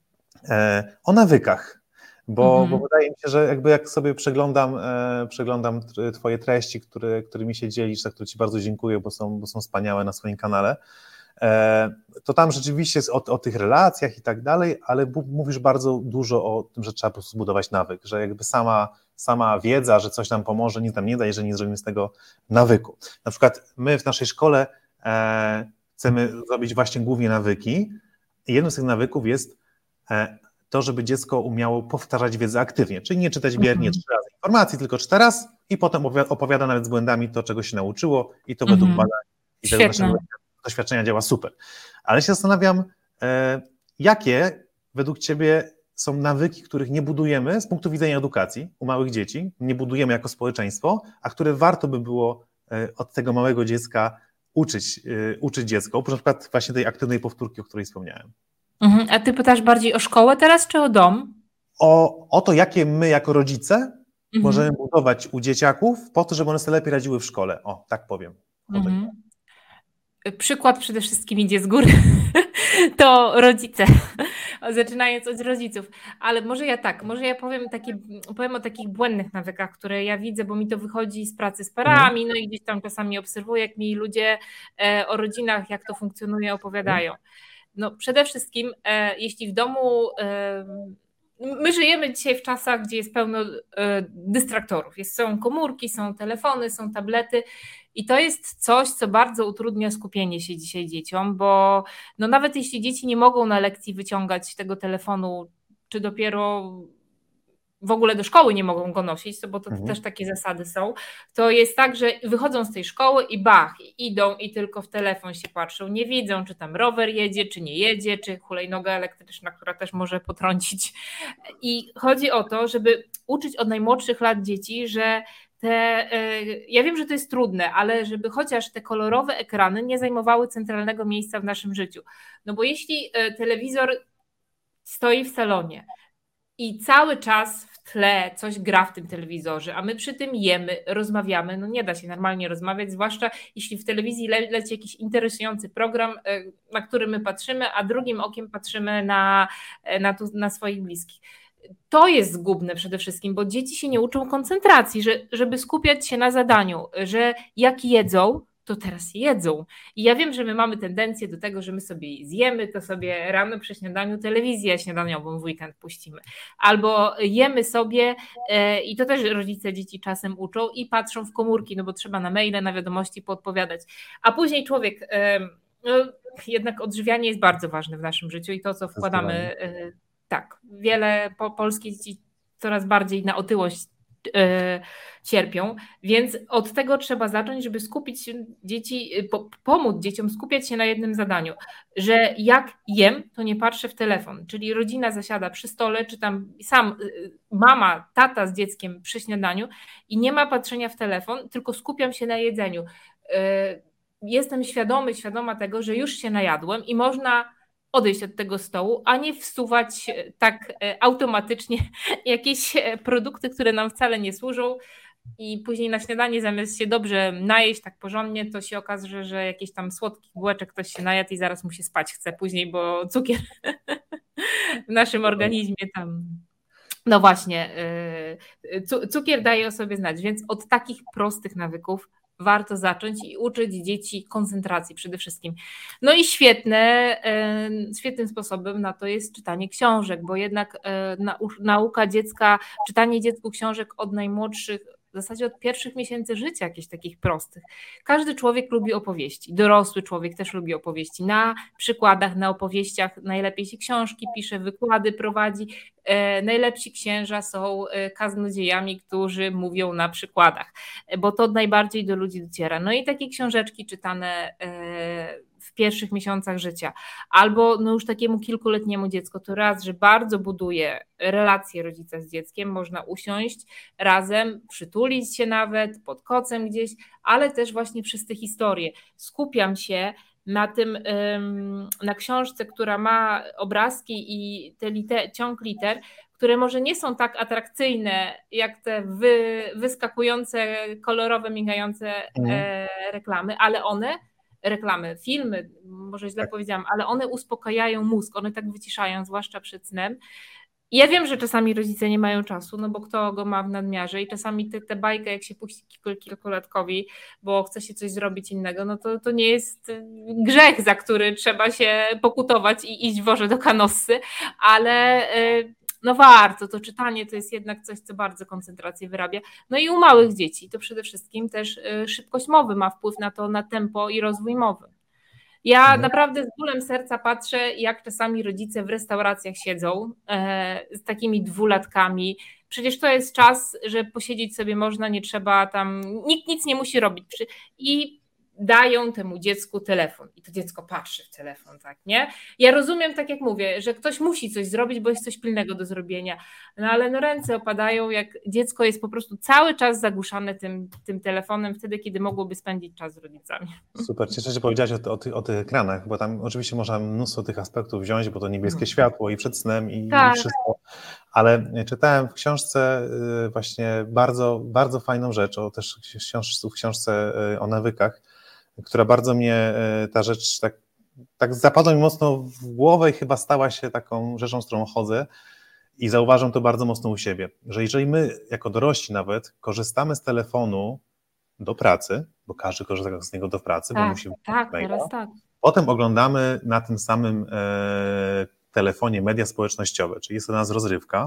o nawykach. Bo, mhm. bo wydaje mi się, że jakby jak sobie przeglądam, e, przeglądam twoje treści, które, którymi się dzielisz, za które ci bardzo dziękuję, bo są, bo są wspaniałe na swoim kanale, e, to tam rzeczywiście jest o, o tych relacjach i tak dalej, ale mówisz bardzo dużo o tym, że trzeba po prostu zbudować nawyk, że jakby sama, sama wiedza, że coś nam pomoże, nic nam nie da, jeżeli nie zrobimy z tego nawyku. Na przykład my w naszej szkole e, chcemy zrobić właśnie głównie nawyki i jednym z tych nawyków jest e, to, żeby dziecko umiało powtarzać wiedzę aktywnie, czyli nie czytać biernie mm-hmm. trzy razy informacji, tylko czyta raz i potem opowiada nawet z błędami to, czego się nauczyło i to mm-hmm. według badań i tego naszego doświadczenia działa super. Ale się zastanawiam, e, jakie według ciebie są nawyki, których nie budujemy z punktu widzenia edukacji u małych dzieci, nie budujemy jako społeczeństwo, a które warto by było e, od tego małego dziecka uczyć, e, uczyć dziecko, oprócz na przykład właśnie tej aktywnej powtórki, o której wspomniałem. Mhm. A ty pytasz bardziej o szkołę teraz, czy o dom? O, o to, jakie my jako rodzice mhm. możemy budować u dzieciaków po to, żeby one sobie lepiej radziły w szkole. O, tak powiem. Mhm. Przykład przede wszystkim idzie z góry. To rodzice. Zaczynając od rodziców. Ale może ja tak, może ja powiem, takie, powiem o takich błędnych nawykach, które ja widzę, bo mi to wychodzi z pracy z parami, no i gdzieś tam czasami obserwuję, jak mi ludzie e, o rodzinach, jak to funkcjonuje, opowiadają. No przede wszystkim, e, jeśli w domu, e, my żyjemy dzisiaj w czasach, gdzie jest pełno e, dystraktorów, jest, są komórki, są telefony, są tablety i to jest coś, co bardzo utrudnia skupienie się dzisiaj dzieciom, bo no nawet jeśli dzieci nie mogą na lekcji wyciągać tego telefonu, czy dopiero w ogóle do szkoły nie mogą go nosić, bo to Mhm. też takie zasady są, to jest tak, że wychodzą z tej szkoły i bach, idą i tylko w telefon się patrzą, nie widzą, czy tam rower jedzie, czy nie jedzie, czy hulajnoga elektryczna, która też może potrącić. I chodzi o to, żeby uczyć od najmłodszych lat dzieci, że te, ja wiem, że to jest trudne, ale żeby chociaż te kolorowe ekrany nie zajmowały centralnego miejsca w naszym życiu. No bo jeśli telewizor stoi w salonie i cały czas w tle coś gra w tym telewizorze, a my przy tym jemy, rozmawiamy, no nie da się normalnie rozmawiać, zwłaszcza jeśli w telewizji le- leci jakiś interesujący program, na który my patrzymy, a drugim okiem patrzymy na, na, tu, na swoich bliskich. To jest zgubne przede wszystkim, bo dzieci się nie uczą koncentracji, że, żeby skupiać się na zadaniu, że jak jedzą, to teraz jedzą. I ja wiem, że my mamy tendencję do tego, że my sobie zjemy, to sobie rano przy śniadaniu telewizję śniadaniową w weekend puścimy. Albo jemy sobie e, i to też rodzice dzieci czasem uczą i patrzą w komórki, no bo trzeba na maile, na wiadomości poodpowiadać. A później człowiek, e, no, jednak odżywianie jest bardzo ważne w naszym życiu i to, co wkładamy, e, tak, wiele po, polskie dzieci coraz bardziej na otyłość cierpią, więc od tego trzeba zacząć, żeby skupić się dzieci, po, pomóc dzieciom skupiać się na jednym zadaniu, że jak jem, to nie patrzę w telefon, czyli rodzina zasiada przy stole, czy tam sam mama, tata z dzieckiem przy śniadaniu i nie ma patrzenia w telefon, tylko skupiam się na jedzeniu. Jestem świadomy, świadoma tego, że już się najadłem i można odejść od tego stołu, a nie wsuwać tak automatycznie jakieś produkty, które nam wcale nie służą i później na śniadanie zamiast się dobrze najeść tak porządnie, to się okaże, że jakiś tam słodki bułeczek ktoś się najadł i zaraz mu się spać chce później, bo cukier w naszym organizmie tam... No właśnie, cukier daje o sobie znać, więc od takich prostych nawyków warto zacząć i uczyć dzieci koncentracji przede wszystkim. No i świetne, świetnym sposobem na to jest czytanie książek, bo jednak nauka dziecka, czytanie dziecku książek od najmłodszych, w zasadzie od pierwszych miesięcy życia, jakichś takich prostych. Każdy człowiek lubi opowieści, dorosły człowiek też lubi opowieści. Na przykładach, na opowieściach najlepiej się książki pisze, wykłady prowadzi. E, najlepsi księża są kaznodziejami, którzy mówią na przykładach, bo to najbardziej do ludzi dociera. No i takie książeczki czytane e, w pierwszych miesiącach życia, albo no już takiemu kilkuletniemu dziecku, to raz, że bardzo buduje relacje rodzica z dzieckiem, można usiąść razem, przytulić się nawet pod kocem gdzieś, ale też właśnie przez te historie. Skupiam się na tym, na książce, która ma obrazki i te liter, ciąg liter, które może nie są tak atrakcyjne jak te wy, wyskakujące, kolorowe, migające mhm. reklamy, ale one reklamy, filmy, może źle tak. powiedziałam, ale one uspokajają mózg, one tak wyciszają, zwłaszcza przed snem. I ja wiem, że czasami rodzice nie mają czasu, no bo kto go ma w nadmiarze i czasami tę te, te bajkę, jak się puści kilkulatkowi, bo chce się coś zrobić innego, no to, to nie jest grzech, za który trzeba się pokutować i iść Boże do Kanossy, ale... Yy, no warto, to czytanie to jest jednak coś, co bardzo koncentrację wyrabia. No i u małych dzieci to przede wszystkim też szybkość mowy ma wpływ na to, na tempo i rozwój mowy. Ja mhm. naprawdę z bólem serca patrzę, jak czasami rodzice w restauracjach siedzą e, z takimi dwulatkami. Przecież to jest czas, że posiedzieć sobie można, nie trzeba tam, nikt nic nie musi robić. I dają temu dziecku telefon i to dziecko patrzy w telefon, tak, nie? Ja rozumiem, tak jak mówię, że ktoś musi coś zrobić, bo jest coś pilnego do zrobienia, no ale no ręce opadają, jak dziecko jest po prostu cały czas zagłuszane tym, tym telefonem, wtedy, kiedy mogłoby spędzić czas z rodzicami. Super, cieszę się, że powiedziałaś o, o, tych, o tych ekranach, bo tam oczywiście można mnóstwo tych aspektów wziąć, bo to niebieskie hmm. światło i przed snem i, tak. i wszystko, ale czytałem w książce właśnie bardzo, bardzo fajną rzecz, o też w książce o nawykach, która bardzo mnie, ta rzecz tak, tak zapadła mi mocno w głowę i chyba stała się taką rzeczą, z którą chodzę i zauważam to bardzo mocno u siebie, że jeżeli my jako dorośli nawet korzystamy z telefonu do pracy, bo każdy korzysta z niego do pracy, tak, bo musi... Tak, teraz tak. Potem oglądamy na tym samym e, telefonie media społecznościowe, czyli jest to nas rozrywka,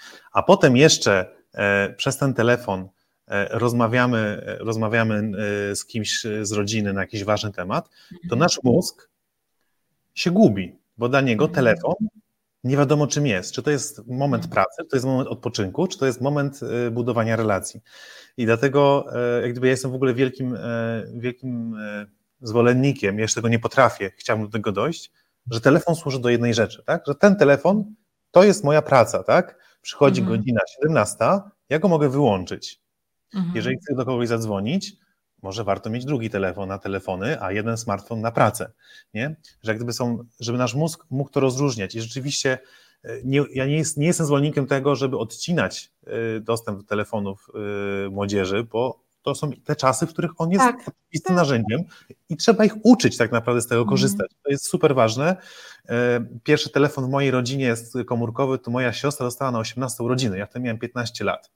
a potem jeszcze e, przez ten telefon rozmawiamy, rozmawiamy z kimś z rodziny na jakiś ważny temat, to nasz mózg się gubi, bo dla niego telefon nie wiadomo czym jest. Czy to jest moment pracy, czy to jest moment odpoczynku, czy to jest moment budowania relacji. I dlatego jak gdyby ja jestem w ogóle wielkim, wielkim zwolennikiem, ja jeszcze tego nie potrafię, chciałbym do tego dojść, że telefon służy do jednej rzeczy, tak? Że ten telefon to jest moja praca, tak? Przychodzi mhm. godzina siedemnasta, ja go mogę wyłączyć. Mhm. Jeżeli chcę do kogoś zadzwonić, może warto mieć drugi telefon na telefony, a jeden smartfon na pracę, nie? Że jak gdyby są, żeby nasz mózg mógł to rozróżniać i rzeczywiście nie, ja nie, jest, nie jestem zwolennikiem tego, żeby odcinać dostęp do telefonów młodzieży, bo to są te czasy, w których on jest tak, oczywistym tak. narzędziem i trzeba ich uczyć tak naprawdę z tego mhm. korzystać. To jest super ważne. Pierwszy telefon w mojej rodzinie jest komórkowy, to moja siostra dostała na osiemnaste urodziny, ja wtedy miałem piętnaście lat.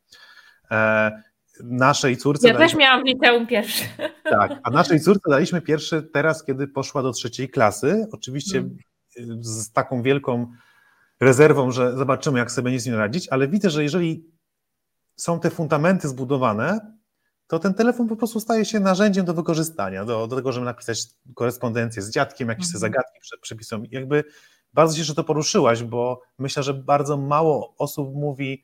Naszej córce... Ja daliśmy... też miałam w liceum pierwszy. Tak, a naszej córce daliśmy pierwszy teraz, kiedy poszła do trzeciej klasy, oczywiście hmm. z taką wielką rezerwą, że zobaczymy, jak sobie będzie z nią radzić, ale widzę, że jeżeli są te fundamenty zbudowane, to ten telefon po prostu staje się narzędziem do wykorzystania, do, do tego, żeby napisać korespondencję z dziadkiem, jakieś hmm. zagadki przepisują. Jakby bardzo się, że to poruszyłaś, bo myślę, że bardzo mało osób mówi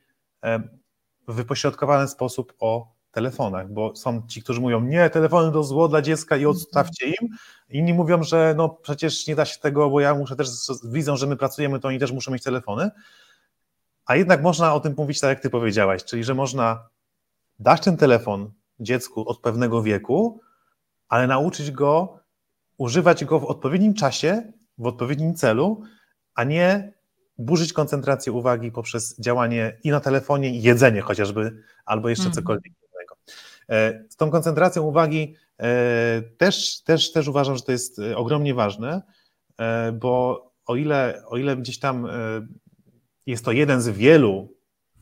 w wypośrodkowany sposób o telefonach, bo są ci, którzy mówią, nie, telefony to zło dla dziecka i odstawcie im. Inni mówią, że no przecież nie da się tego, bo ja muszę też, widzą, że my pracujemy, to oni też muszą mieć telefony. A jednak można o tym mówić tak, jak ty powiedziałaś, czyli że można dać ten telefon dziecku od pewnego wieku, ale nauczyć go, używać go w odpowiednim czasie, w odpowiednim celu, a nie burzyć koncentrację uwagi poprzez działanie i na telefonie, i jedzenie chociażby, albo jeszcze mm. cokolwiek innego. Z tą koncentracją uwagi też, też, też uważam, że to jest ogromnie ważne, bo o ile, o ile gdzieś tam jest to jeden z wielu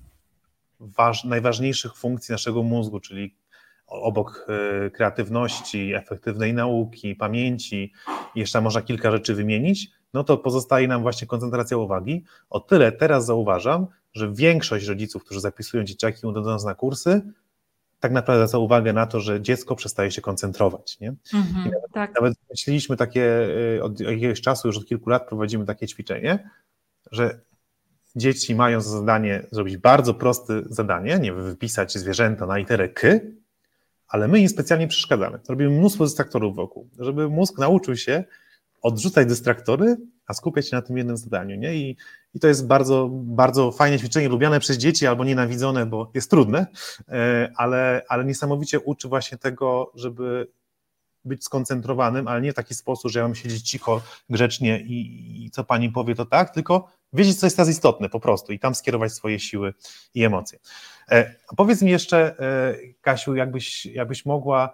waż, najważniejszych funkcji naszego mózgu, czyli obok kreatywności, efektywnej nauki, pamięci, jeszcze można kilka rzeczy wymienić, no to pozostaje nam właśnie koncentracja uwagi. O tyle teraz zauważam, że większość rodziców, którzy zapisują dzieciaki do nas na kursy, tak naprawdę zwraca uwagę na to, że dziecko przestaje się koncentrować. Nie? Mm-hmm, nawet, tak. nawet myśleliśmy takie, od jakiegoś czasu, już od kilku lat prowadzimy takie ćwiczenie, że dzieci mają za zadanie zrobić bardzo proste zadanie, nie wiem, wypisać zwierzęta na literę K, ale my im specjalnie przeszkadzamy. Robimy mnóstwo dystraktorów wokół, żeby mózg nauczył się odrzucać dystraktory, a skupiać się na tym jednym zadaniu. Nie? I, i to jest bardzo, bardzo fajne ćwiczenie, lubiane przez dzieci albo nienawidzone, bo jest trudne, ale, ale niesamowicie uczy właśnie tego, żeby być skoncentrowanym, ale nie w taki sposób, że ja mam siedzieć cicho, grzecznie i, i co pani powie, to tak, tylko wiedzieć, co jest teraz istotne po prostu i tam skierować swoje siły i emocje. A powiedz mi jeszcze, Kasiu, jakbyś, jakbyś mogła,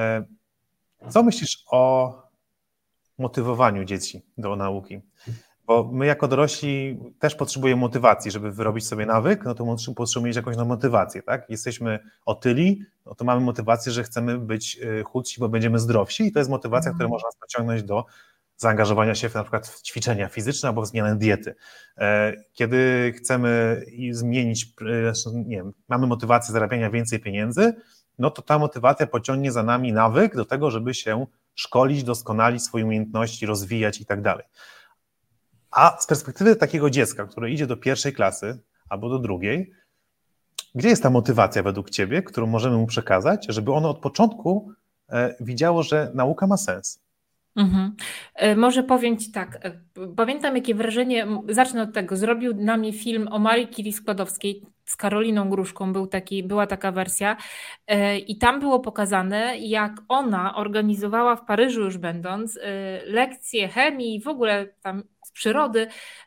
co myślisz o motywowaniu dzieci do nauki? Bo my jako dorośli też potrzebujemy motywacji, żeby wyrobić sobie nawyk, no to potrzebujemy mieć jakąś motywację, tak? Jesteśmy otyli, no to mamy motywację, że chcemy być chudsi, bo będziemy zdrowsi i to jest motywacja, mm. która może nas pociągnąć do zaangażowania się w na przykład w ćwiczenia fizyczne albo w zmianę diety. Kiedy chcemy zmienić, nie wiem, mamy motywację zarabiania więcej pieniędzy, no to ta motywacja pociągnie za nami nawyk do tego, żeby się szkolić, doskonalić swoje umiejętności, rozwijać i tak dalej. A z perspektywy takiego dziecka, które idzie do pierwszej klasy albo do drugiej, gdzie jest ta motywacja według ciebie, którą możemy mu przekazać, żeby ono od początku widziało, że nauka ma sens? Mhm. Może powiem ci tak, pamiętam jakie wrażenie, zacznę od tego, zrobił na mnie film o Marii Curie-Skłodowskiej z Karoliną Gruszką, był taki, była taka wersja i tam było pokazane, jak ona organizowała w Paryżu już będąc lekcje chemii i w ogóle tam z przyrody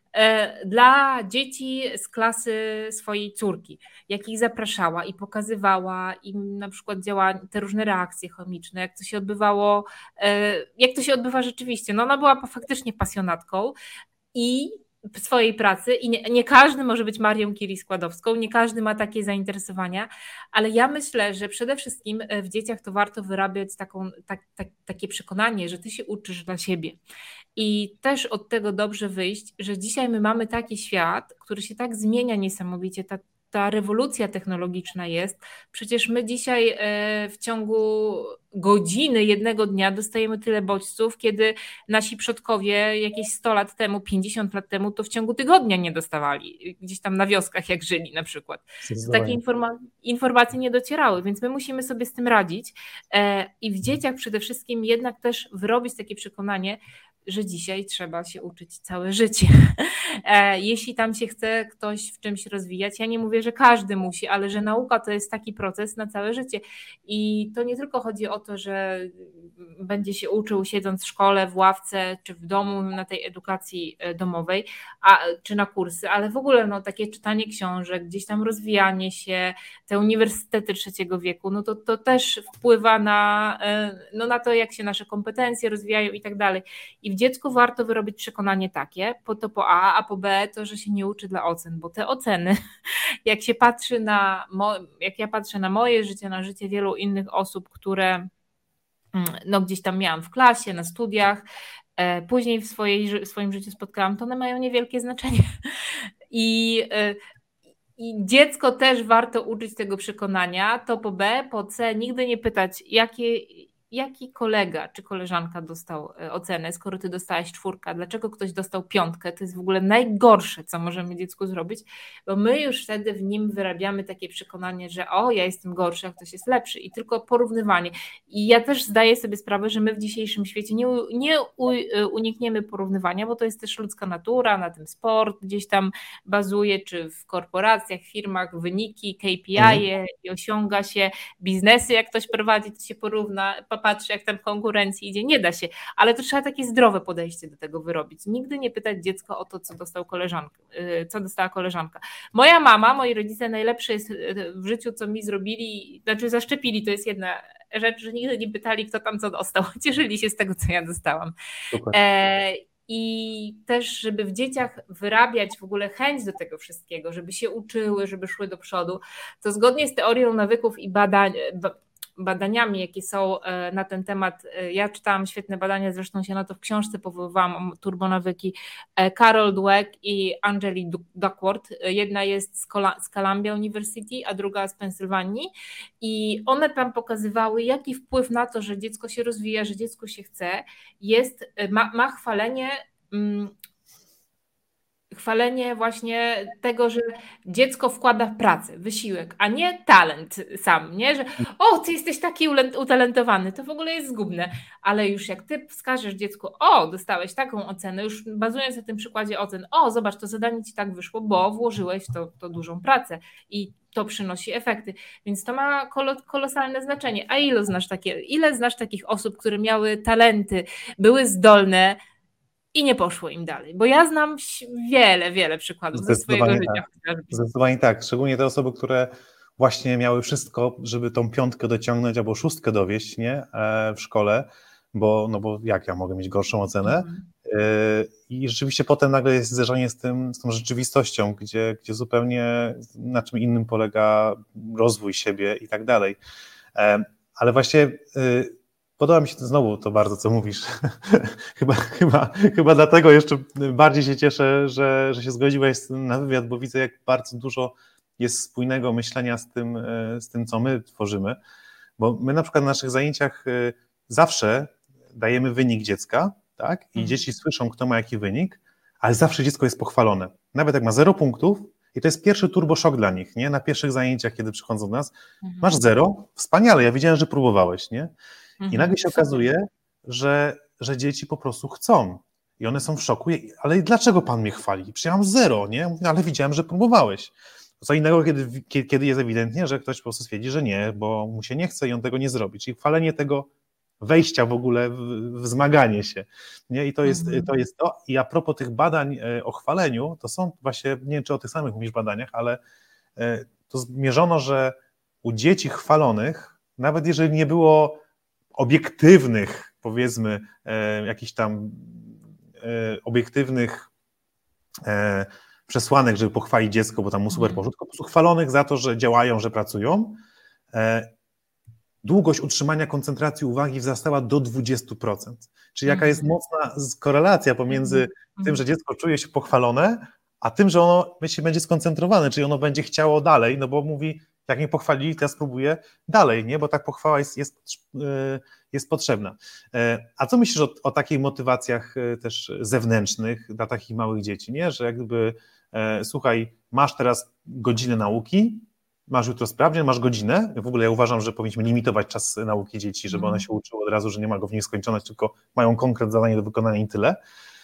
dla dzieci z klasy swojej córki, jak ich zapraszała i pokazywała im na przykład działa te różne reakcje chemiczne, jak to się odbywało, jak to się odbywa rzeczywiście. No ona była faktycznie pasjonatką i w swojej pracy i nie, nie każdy może być Marią Curie-Skłodowską, nie każdy ma takie zainteresowania, ale ja myślę, że przede wszystkim w dzieciach to warto wyrabiać taką, tak, tak, takie przekonanie, że ty się uczysz dla siebie. I też od tego dobrze wyjść, że dzisiaj my mamy taki świat, który się tak zmienia niesamowicie, ta ta rewolucja technologiczna jest. Przecież my dzisiaj w ciągu godziny, jednego dnia dostajemy tyle bodźców, kiedy nasi przodkowie jakieś sto lat temu, pięćdziesiąt lat temu, to w ciągu tygodnia nie dostawali. Gdzieś tam na wioskach jak żyli na przykład. To takie informa- informacje nie docierały, więc my musimy sobie z tym radzić i w dzieciach przede wszystkim jednak też wyrobić takie przekonanie, że dzisiaj trzeba się uczyć całe życie. Jeśli tam się chce ktoś w czymś rozwijać, ja nie mówię, że każdy musi, ale że nauka to jest taki proces na całe życie. I to nie tylko chodzi o to, że będzie się uczył siedząc w szkole, w ławce, czy w domu na tej edukacji domowej, a, czy na kursy, ale w ogóle no, takie czytanie książek, gdzieś tam rozwijanie się, te uniwersytety trzeciego wieku, no to, to też wpływa na, no, na to, jak się nasze kompetencje rozwijają i tak dalej. I w dziecku warto wyrobić przekonanie takie, po to po A, a po B to, że się nie uczy dla ocen, bo te oceny, jak się patrzy na, jak ja patrzę na moje życie, na życie wielu innych osób, które no gdzieś tam miałam w klasie, na studiach, później w, swojej, w swoim życiu spotkałam, to one mają niewielkie znaczenie. I I dziecko też warto uczyć tego przekonania, to po B, po C, nigdy nie pytać, jakie, jaki kolega czy koleżanka dostał ocenę, skoro ty dostałaś czwórkę, dlaczego ktoś dostał piątkę, to jest w ogóle najgorsze, co możemy dziecku zrobić, bo my już wtedy w nim wyrabiamy takie przekonanie, że o, ja jestem gorszy, a ktoś jest lepszy i tylko porównywanie. I ja też zdaję sobie sprawę, że my w dzisiejszym świecie nie, nie unikniemy porównywania, bo to jest też ludzka natura, na tym sport gdzieś tam bazuje, czy w korporacjach, firmach, wyniki, K P I mhm. i osiąga się, biznesy jak ktoś prowadzi, to się porówna, patrzy jak tam konkurencji idzie, nie da się, ale to trzeba takie zdrowe podejście do tego wyrobić. Nigdy nie pytać dziecka o to, co dostał koleżanka, co dostała koleżanka. Moja mama, moi rodzice najlepsze jest w życiu, co mi zrobili, znaczy zaszczepili, to jest jedna rzecz, że nigdy nie pytali, kto tam co dostał, cieszyli się z tego, co ja dostałam. E, I też, żeby w dzieciach wyrabiać w ogóle chęć do tego wszystkiego, żeby się uczyły, żeby szły do przodu, to zgodnie z teorią nawyków i badań, badaniami, jakie są na ten temat. Ja czytałam świetne badania, zresztą się na to w książce powoływałam, Turbonawyki, Carol Dweck i Angeli Duckworth. Jedna jest z Columbia University, a druga z Pensylwanii i one tam pokazywały, jaki wpływ na to, że dziecko się rozwija, że dziecko się chce, jest, ma, ma chwalenie mm, chwalenie właśnie tego, że dziecko wkłada w pracę, wysiłek, a nie talent sam, nie? Że o, ty jesteś taki utalentowany, to w ogóle jest zgubne, ale już jak ty wskażesz dziecku, o, dostałeś taką ocenę, już bazując na tym przykładzie ocen, o, zobacz, to zadanie ci tak wyszło, bo włożyłeś w to, to dużą pracę i to przynosi efekty, więc to ma kolosalne znaczenie. A ile znasz takie, ile znasz takich osób, które miały talenty, były zdolne, i nie poszło im dalej, bo ja znam wiele, wiele przykładów ze swojego życia. Tak. Zdecydowanie tak, szczególnie te osoby, które właśnie miały wszystko, żeby tą piątkę dociągnąć albo szóstkę dowieść, nie, w szkole, bo, no bo jak ja mogę mieć gorszą ocenę? Mhm. I rzeczywiście potem nagle jest zderzenie z tym, z tą rzeczywistością, gdzie, gdzie zupełnie na czym innym polega rozwój siebie i tak dalej. Ale właśnie podoba mi się to znowu to bardzo, co mówisz. chyba, chyba, chyba dlatego jeszcze bardziej się cieszę, że, że się zgodziłeś na wywiad, bo widzę, jak bardzo dużo jest spójnego myślenia z tym, z tym, co my tworzymy. Bo my na przykład na naszych zajęciach zawsze dajemy wynik dziecka, tak? I mhm. dzieci słyszą, kto ma jaki wynik, ale zawsze dziecko jest pochwalone. Nawet jak ma zero punktów, i to jest pierwszy turboszok dla nich, nie? Na pierwszych zajęciach, kiedy przychodzą do nas, mhm. masz zero, wspaniale, ja widziałem, że próbowałeś, nie? I nagle się okazuje, że, że dzieci po prostu chcą i one są w szoku, ale dlaczego pan mnie chwali? Przecież ja mam zero, nie? Mówię, ale widziałem, że próbowałeś. Co innego, kiedy, kiedy jest ewidentnie, że ktoś po prostu stwierdzi, że nie, bo mu się nie chce i on tego nie zrobi. Czyli chwalenie tego wejścia w ogóle w, w zmaganie się. Nie? I to jest, mhm. to jest to. I a propos tych badań o chwaleniu, to są właśnie, nie wiem, czy o tych samych mówisz badaniach, ale to zmierzono, że u dzieci chwalonych, nawet jeżeli nie było obiektywnych, powiedzmy, e, jakichś tam e, obiektywnych e, przesłanek, żeby pochwalić dziecko, bo tam mu super poszło, tylko po prostu chwalonych za to, że działają, że pracują, e, długość utrzymania koncentracji uwagi wzrastała do dwadzieścia procent. Czyli jaka jest mocna korelacja pomiędzy tym, że dziecko czuje się pochwalone, a tym, że ono myślę, będzie skoncentrowane, czyli ono będzie chciało dalej, no bo mówi, jak mnie pochwalili, to ja spróbuję dalej, nie? Bo tak pochwała jest, jest, jest potrzebna. A co myślisz o, o takich motywacjach też zewnętrznych dla takich małych dzieci, nie? Że jakby, słuchaj, masz teraz godzinę nauki, masz jutro sprawdzian, masz godzinę. W ogóle ja uważam, że powinniśmy limitować czas nauki dzieci, żeby one się uczyły od razu, że nie ma go w nieskończoność, tylko mają konkretne zadanie do wykonania i tyle.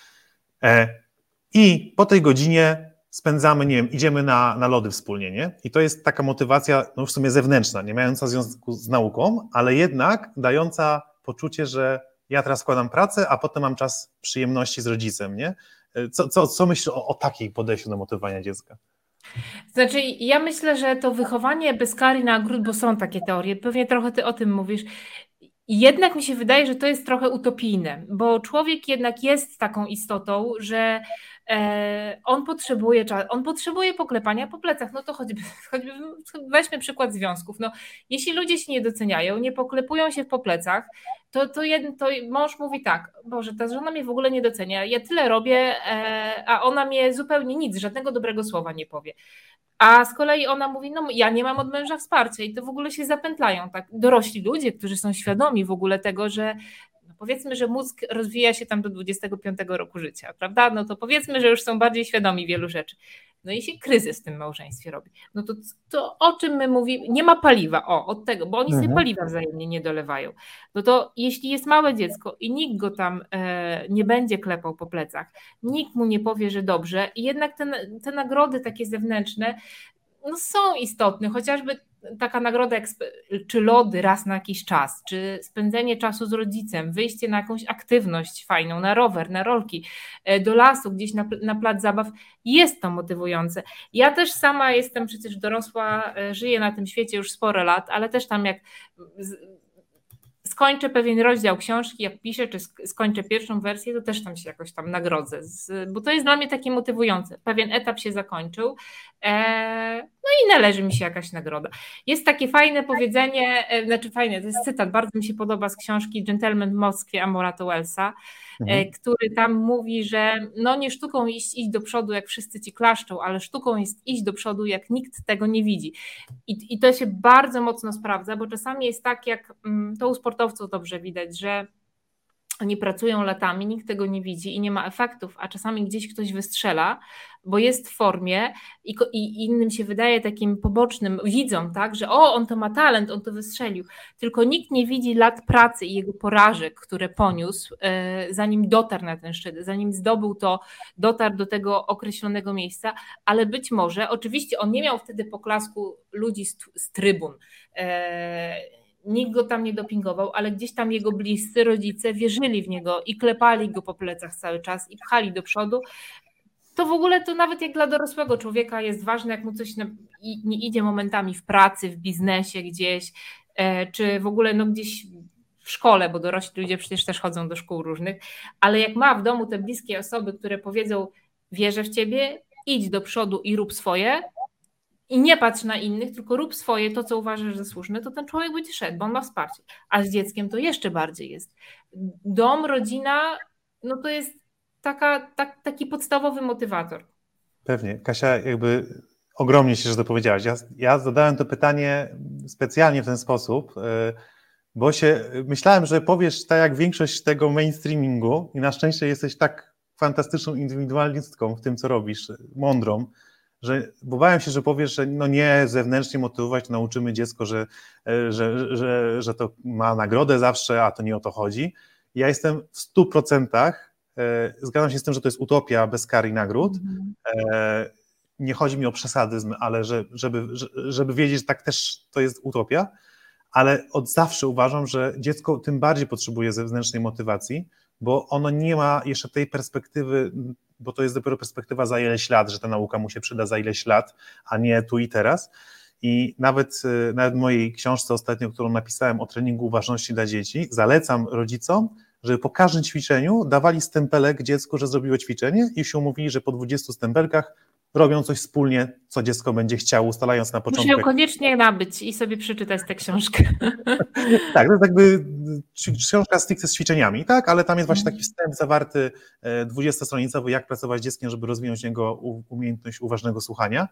I po tej godzinie spędzamy, nie wiem, idziemy na, na lody wspólnie, nie? I to jest taka motywacja, no w sumie zewnętrzna, nie mająca związku z nauką, ale jednak dająca poczucie, że ja teraz wkładam pracę, a potem mam czas przyjemności z rodzicem, nie? Co, co, co myślisz o, o takiej podejściu do motywowania dziecka? Znaczy, ja myślę, że to wychowanie bez kar i nagród, bo są takie teorie, pewnie trochę ty o tym mówisz, i jednak mi się wydaje, że to jest trochę utopijne, bo człowiek jednak jest taką istotą, że e, on potrzebuje on potrzebuje poklepania po plecach, no to choćby, choćby weźmy przykład związków, no jeśli ludzie się nie doceniają, nie poklepują się po plecach, to, to, jedno, to mąż mówi tak, Boże, ta żona mnie w ogóle nie docenia, ja tyle robię, e, a ona mnie zupełnie nic, żadnego dobrego słowa nie powie. A z kolei ona mówi, no ja nie mam od męża wsparcia i to w ogóle się zapętlają, tak, dorośli ludzie, którzy są świadomi w ogóle tego, że no powiedzmy, że mózg rozwija się tam do dwudziestego piątego roku życia, prawda, no to powiedzmy, że już są bardziej świadomi wielu rzeczy. No i się kryzys w tym małżeństwie robi. No to, to o czym my mówimy? Nie ma paliwa, o, od tego, bo oni mhm. sobie paliwa wzajemnie nie dolewają. No to jeśli jest małe dziecko i nikt go tam e, nie będzie klepał po plecach, nikt mu nie powie, że dobrze i jednak te, te nagrody takie zewnętrzne no są istotne, chociażby taka nagroda, czy lody raz na jakiś czas, czy spędzenie czasu z rodzicem, wyjście na jakąś aktywność fajną, na rower, na rolki, do lasu, gdzieś na, na plac zabaw, jest to motywujące. Ja też sama jestem przecież dorosła, żyję na tym świecie już sporo lat, ale też tam jak skończę pewien rozdział książki, jak piszę, czy skończę pierwszą wersję, to też tam się jakoś tam nagrodzę, bo to jest dla mnie takie motywujące. Pewien etap się zakończył, no i należy mi się jakaś nagroda. Jest takie fajne powiedzenie, znaczy fajne, to jest cytat, bardzo mi się podoba z książki Gentleman w Moskwie Amorata Wellsa, mhm. który tam mówi, że no nie sztuką iść, iść do przodu, jak wszyscy ci klaszczą, ale sztuką jest iść do przodu, jak nikt tego nie widzi. I, i to się bardzo mocno sprawdza, bo czasami jest tak, jak to u sportowców dobrze widać, że oni pracują latami, nikt tego nie widzi i nie ma efektów, a czasami gdzieś ktoś wystrzela, bo jest w formie i, i innym się wydaje takim pobocznym, widzą, tak, że o, on to ma talent, on to wystrzelił, tylko nikt nie widzi lat pracy i jego porażek, które poniósł, e, zanim dotarł na ten szczyt, zanim zdobył to, dotarł do tego określonego miejsca, ale być może, oczywiście on nie miał wtedy poklasku ludzi z, z trybun, e, nikt go tam nie dopingował, ale gdzieś tam jego bliscy rodzice wierzyli w niego i klepali go po plecach cały czas i pchali do przodu. To w ogóle to nawet jak dla dorosłego człowieka jest ważne, jak mu coś nie idzie momentami w pracy, w biznesie gdzieś, czy w ogóle no gdzieś w szkole, bo dorośli ludzie przecież też chodzą do szkół różnych, ale jak ma w domu te bliskie osoby, które powiedzą, wierzę w ciebie, idź do przodu i rób swoje, i nie patrz na innych, tylko rób swoje, to co uważasz za słuszne, to ten człowiek będzie szedł, bo on ma wsparcie. A z dzieckiem to jeszcze bardziej jest. Dom, rodzina, no to jest taka, tak, taki podstawowy motywator. Pewnie. Kasia, jakby ogromnie się, że to powiedziałaś. Ja, ja zadałem to pytanie specjalnie w ten sposób, bo się myślałem, że powiesz tak jak większość tego mainstreamingu i na szczęście jesteś tak fantastyczną indywidualistką w tym, co robisz, mądrą, że bo bałem się, że powiesz, że no nie, zewnętrznie motywować, nauczymy dziecko, że, że, że, że to ma nagrodę zawsze, a to nie o to chodzi. Ja jestem w stu procentach, zgadzam się z tym, że to jest utopia bez kar i nagród. Mm-hmm. Nie chodzi mi o przesadyzm, ale że, żeby, żeby wiedzieć, że tak też to jest utopia, ale od zawsze uważam, że dziecko tym bardziej potrzebuje zewnętrznej motywacji, bo ono nie ma jeszcze tej perspektywy, bo to jest dopiero perspektywa za ileś lat, że ta nauka mu się przyda za ileś lat, a nie tu i teraz. I nawet, nawet w mojej książce ostatnio, którą napisałem o treningu uważności dla dzieci, zalecam rodzicom, żeby po każdym ćwiczeniu dawali stempelek dziecku, że zrobiło ćwiczenie i się umówili, że po dwudziestu stempelkach robią coś wspólnie, co dziecko będzie chciało, ustalając na początku. Muszę ją koniecznie nabyć i sobie przeczytać tę książkę. Tak, to jest jakby książka stricte z ćwiczeniami, tak, ale tam jest właśnie taki wstęp zawarty dwudziestostronicowy, jak pracować z dzieckiem, żeby rozwinąć jego umiejętność uważnego słuchania.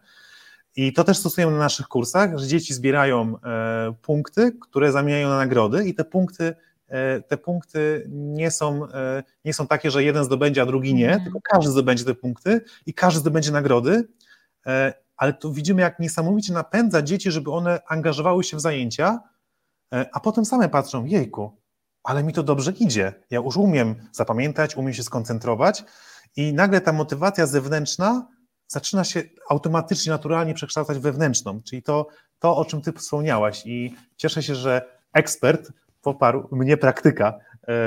I to też stosujemy na naszych kursach, że dzieci zbierają punkty, które zamieniają na nagrody i te punkty te punkty nie są, nie są takie, że jeden zdobędzie, a drugi nie, mm. tylko każdy zdobędzie te punkty i każdy zdobędzie nagrody, ale tu widzimy, jak niesamowicie napędza dzieci, żeby one angażowały się w zajęcia, a potem same patrzą, jejku, ale mi to dobrze idzie, ja już umiem zapamiętać, umiem się skoncentrować i nagle ta motywacja zewnętrzna zaczyna się automatycznie, naturalnie przekształcać w wewnętrzną, czyli to, to o czym ty wspomniałaś i cieszę się, że ekspert poparł mnie praktyka,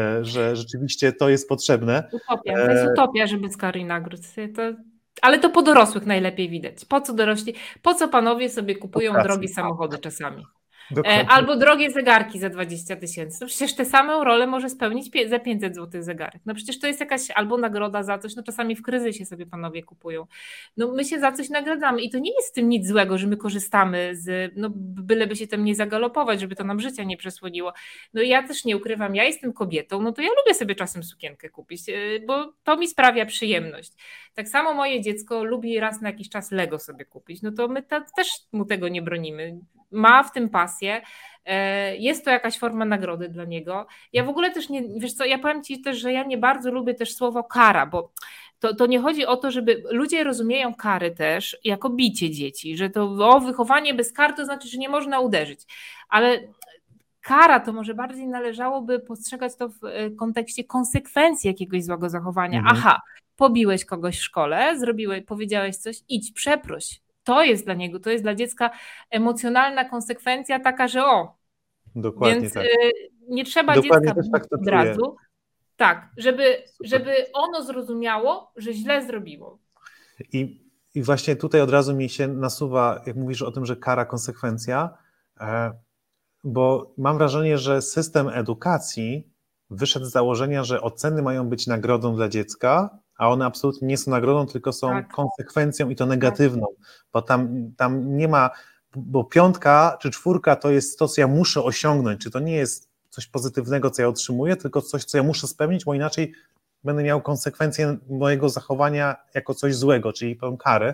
że rzeczywiście to jest potrzebne. Utopia, to jest utopia, żeby z kary nagród. To, ale to po dorosłych najlepiej widać. Po co dorośli, po co panowie sobie kupują drogie samochody czasami? Dokładnie. Albo drogie zegarki za dwadzieścia tysięcy. No przecież te samą rolę może spełnić za pięćset złotych zegarek. No przecież to jest jakaś albo nagroda za coś, no czasami w kryzysie sobie panowie kupują. No my się za coś nagradzamy i to nie jest z tym nic złego, że my korzystamy z, no byleby się tam nie zagalopować, żeby to nam życia nie przesłoniło. No ja też nie ukrywam, ja jestem kobietą, no to ja lubię sobie czasem sukienkę kupić, bo to mi sprawia przyjemność. Tak samo moje dziecko lubi raz na jakiś czas Lego sobie kupić, no to my ta, też mu tego nie bronimy. Ma w tym pasję, jest to jakaś forma nagrody dla niego. Ja w ogóle też nie, wiesz co, ja powiem ci też, że ja nie bardzo lubię też słowo kara, bo to, to nie chodzi o to, żeby ludzie rozumieją kary też jako bicie dzieci, że to o, wychowanie bez kar to znaczy, że nie można uderzyć, ale kara to może bardziej należałoby postrzegać to w kontekście konsekwencji jakiegoś złego zachowania. Mhm. Aha, pobiłeś kogoś w szkole, zrobiłeś, powiedziałeś coś, idź, przeproś. To jest dla niego, to jest dla dziecka emocjonalna konsekwencja taka, że o, dokładnie więc tak. nie trzeba Dokładnie dziecka tak od razu, tak, żeby, żeby ono zrozumiało, że źle zrobiło. I, I właśnie tutaj od razu mi się nasuwa, jak mówisz o tym, że kara, konsekwencja, bo mam wrażenie, że system edukacji wyszedł z założenia, że oceny mają być nagrodą dla dziecka, a one absolutnie nie są nagrodą, tylko są tak. konsekwencją i to negatywną, tak. bo tam, tam nie ma, bo piątka czy czwórka to jest to, co ja muszę osiągnąć, czy to nie jest coś pozytywnego, co ja otrzymuję, tylko coś, co ja muszę spełnić, bo inaczej będę miał konsekwencje mojego zachowania jako coś złego, czyli pełną karę,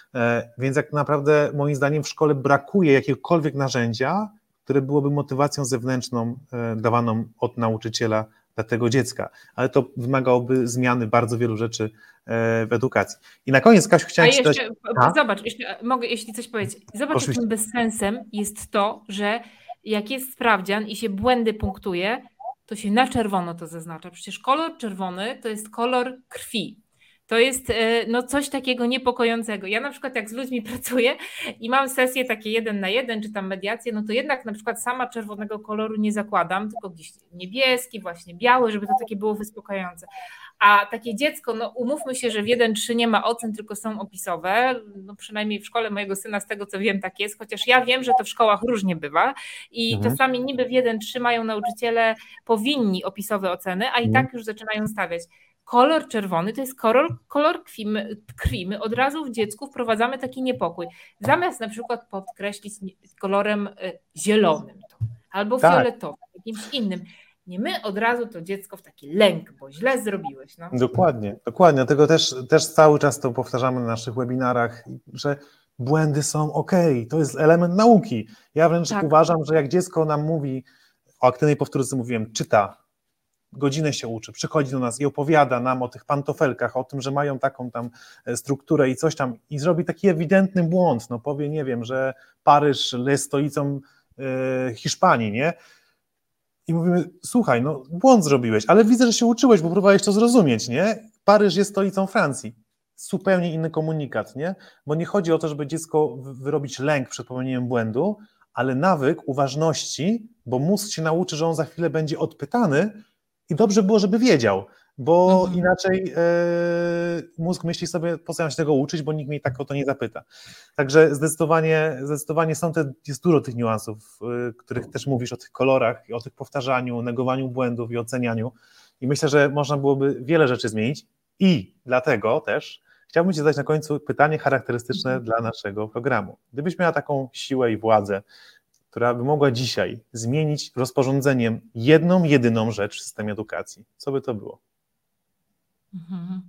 więc jak naprawdę moim zdaniem w szkole brakuje jakiegokolwiek narzędzia, które byłoby motywacją zewnętrzną dawaną od nauczyciela dla tego dziecka, ale to wymagałoby zmiany bardzo wielu rzeczy w edukacji. I na koniec, Kasiu, chciałem ci dać... Zobacz, jeśli, mogę, jeśli coś powiedzieć, zobacz, Oczywiście. jakim bezsensem jest to, że jak jest sprawdzian i się błędy punktuje, to się na czerwono to zaznacza. Przecież kolor czerwony to jest kolor krwi. To jest no, coś takiego niepokojącego. Ja na przykład jak z ludźmi pracuję i mam sesje takie jeden na jeden, czy tam mediacje, no to jednak na przykład sama czerwonego koloru nie zakładam, tylko gdzieś niebieski, właśnie biały, żeby to takie było wyspokajające. A takie dziecko, no umówmy się, że w jeden trzy nie ma ocen, tylko są opisowe, no przynajmniej w szkole mojego syna z tego co wiem tak jest, chociaż ja wiem, że to w szkołach różnie bywa i mhm. czasami niby w jeden trzy mają nauczyciele powinni opisowe oceny, a i mhm. tak już zaczynają stawiać. Kolor czerwony to jest kolor, kolor krwi, krwi. My od razu w dziecku wprowadzamy taki niepokój. Zamiast na przykład podkreślić kolorem zielonym to, albo tak. fioletowym, jakimś innym. Nie my od razu to dziecko w taki lęk, bo źle zrobiłeś. No. Dokładnie, dokładnie. Dlatego też, też cały czas to powtarzamy na naszych webinarach, że błędy są okej, okay. To jest element nauki. Ja wręcz tak. uważam, że jak dziecko nam mówi, o aktywnej powtórce mówiłem, czyta, godzinę się uczy, przychodzi do nas i opowiada nam o tych pantofelkach, o tym, że mają taką tam strukturę i coś tam i zrobi taki ewidentny błąd, no powie, nie wiem, że Paryż jest stolicą y, Hiszpanii, nie? I mówimy, słuchaj, no błąd zrobiłeś, ale widzę, że się uczyłeś, bo próbowałeś to zrozumieć, nie? Paryż jest stolicą Francji. Zupełnie inny komunikat, nie? Bo nie chodzi o to, żeby dziecko wyrobić lęk przed popełnieniem błędu, ale nawyk uważności, bo mózg się nauczy, że on za chwilę będzie odpytany i dobrze było, żeby wiedział, bo mhm. inaczej e, mózg myśli sobie, po co ja się tego uczyć, bo nikt mnie tak o to nie zapyta. Także zdecydowanie, zdecydowanie są te, jest dużo tych niuansów, y, których też mówisz o tych kolorach, i o tych powtarzaniu, negowaniu błędów i ocenianiu i myślę, że można byłoby wiele rzeczy zmienić i dlatego też Chciałbym Ci zadać na końcu pytanie charakterystyczne mhm. dla naszego programu. Gdybyś miała taką siłę i władzę, która by mogła dzisiaj zmienić rozporządzeniem jedną, jedyną rzecz w systemie edukacji, co by to było? Mhm.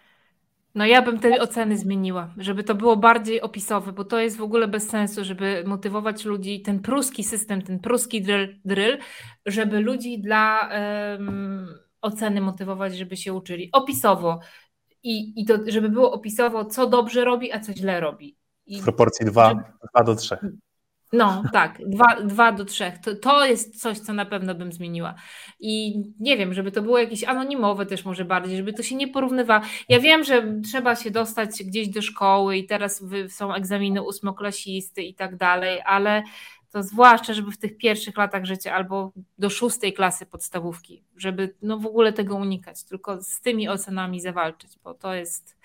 No ja bym te oceny zmieniła, żeby to było bardziej opisowe, bo to jest w ogóle bez sensu, żeby motywować ludzi, ten pruski system, ten pruski drill, drill żeby ludzi dla um, oceny motywować, żeby się uczyli. Opisowo. I, i to, żeby było opisowo, co dobrze robi, a co źle robi. I w proporcji dwa do trzech. No tak, dwa do trzech. To, to jest coś, co na pewno bym zmieniła. I nie wiem, żeby to było jakieś anonimowe też może bardziej, żeby to się nie porównywało. Ja wiem, że trzeba się dostać gdzieś do szkoły i teraz są egzaminy ósmoklasisty i tak dalej, ale to zwłaszcza, żeby w tych pierwszych latach życia albo do szóstej klasy podstawówki, żeby no w ogóle tego unikać, tylko z tymi ocenami zawalczyć, bo to jest,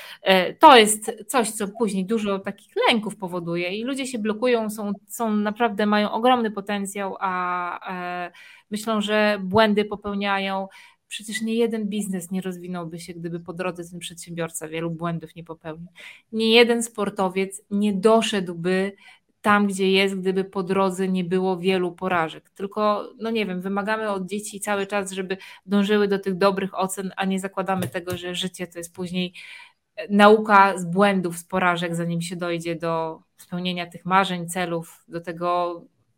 to jest coś, co później dużo takich lęków powoduje i ludzie się blokują, są, są naprawdę, mają ogromny potencjał, a e, myślą, że błędy popełniają. Przecież nie jeden biznes nie rozwinąłby się, gdyby po drodze ten przedsiębiorca wielu błędów nie popełnił. Nie jeden sportowiec nie doszedłby tam, gdzie jest, gdyby po drodze nie było wielu porażek. Tylko, no nie wiem, wymagamy od dzieci cały czas, żeby dążyły do tych dobrych ocen, a nie zakładamy tego, że życie to jest później nauka z błędów, z porażek, zanim się dojdzie do spełnienia tych marzeń, celów, do tego,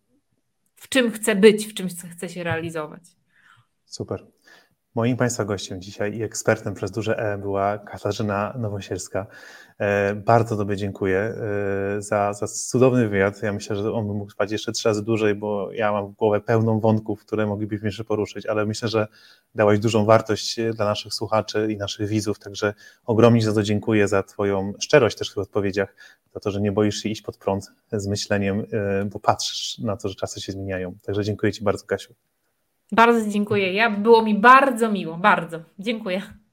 w czym chcę być, w czym chcę się realizować. Super. Moim Państwa gościem dzisiaj i ekspertem przez duże E była Katarzyna Nowosielska. Bardzo Tobie dziękuję za, za cudowny wywiad. Ja myślę, że on by mógł trwać jeszcze trzy razy dłużej, bo ja mam głowę pełną wątków, które moglibyśmy jeszcze poruszyć, ale myślę, że dałaś dużą wartość dla naszych słuchaczy i naszych widzów, także ogromnie za to dziękuję, za Twoją szczerość też w odpowiedziach, za to, że nie boisz się iść pod prąd z myśleniem, bo patrzysz na to, że czasy się zmieniają. Także dziękuję Ci bardzo, Kasiu. Bardzo dziękuję. Ja, było mi bardzo miło, bardzo. Dziękuję.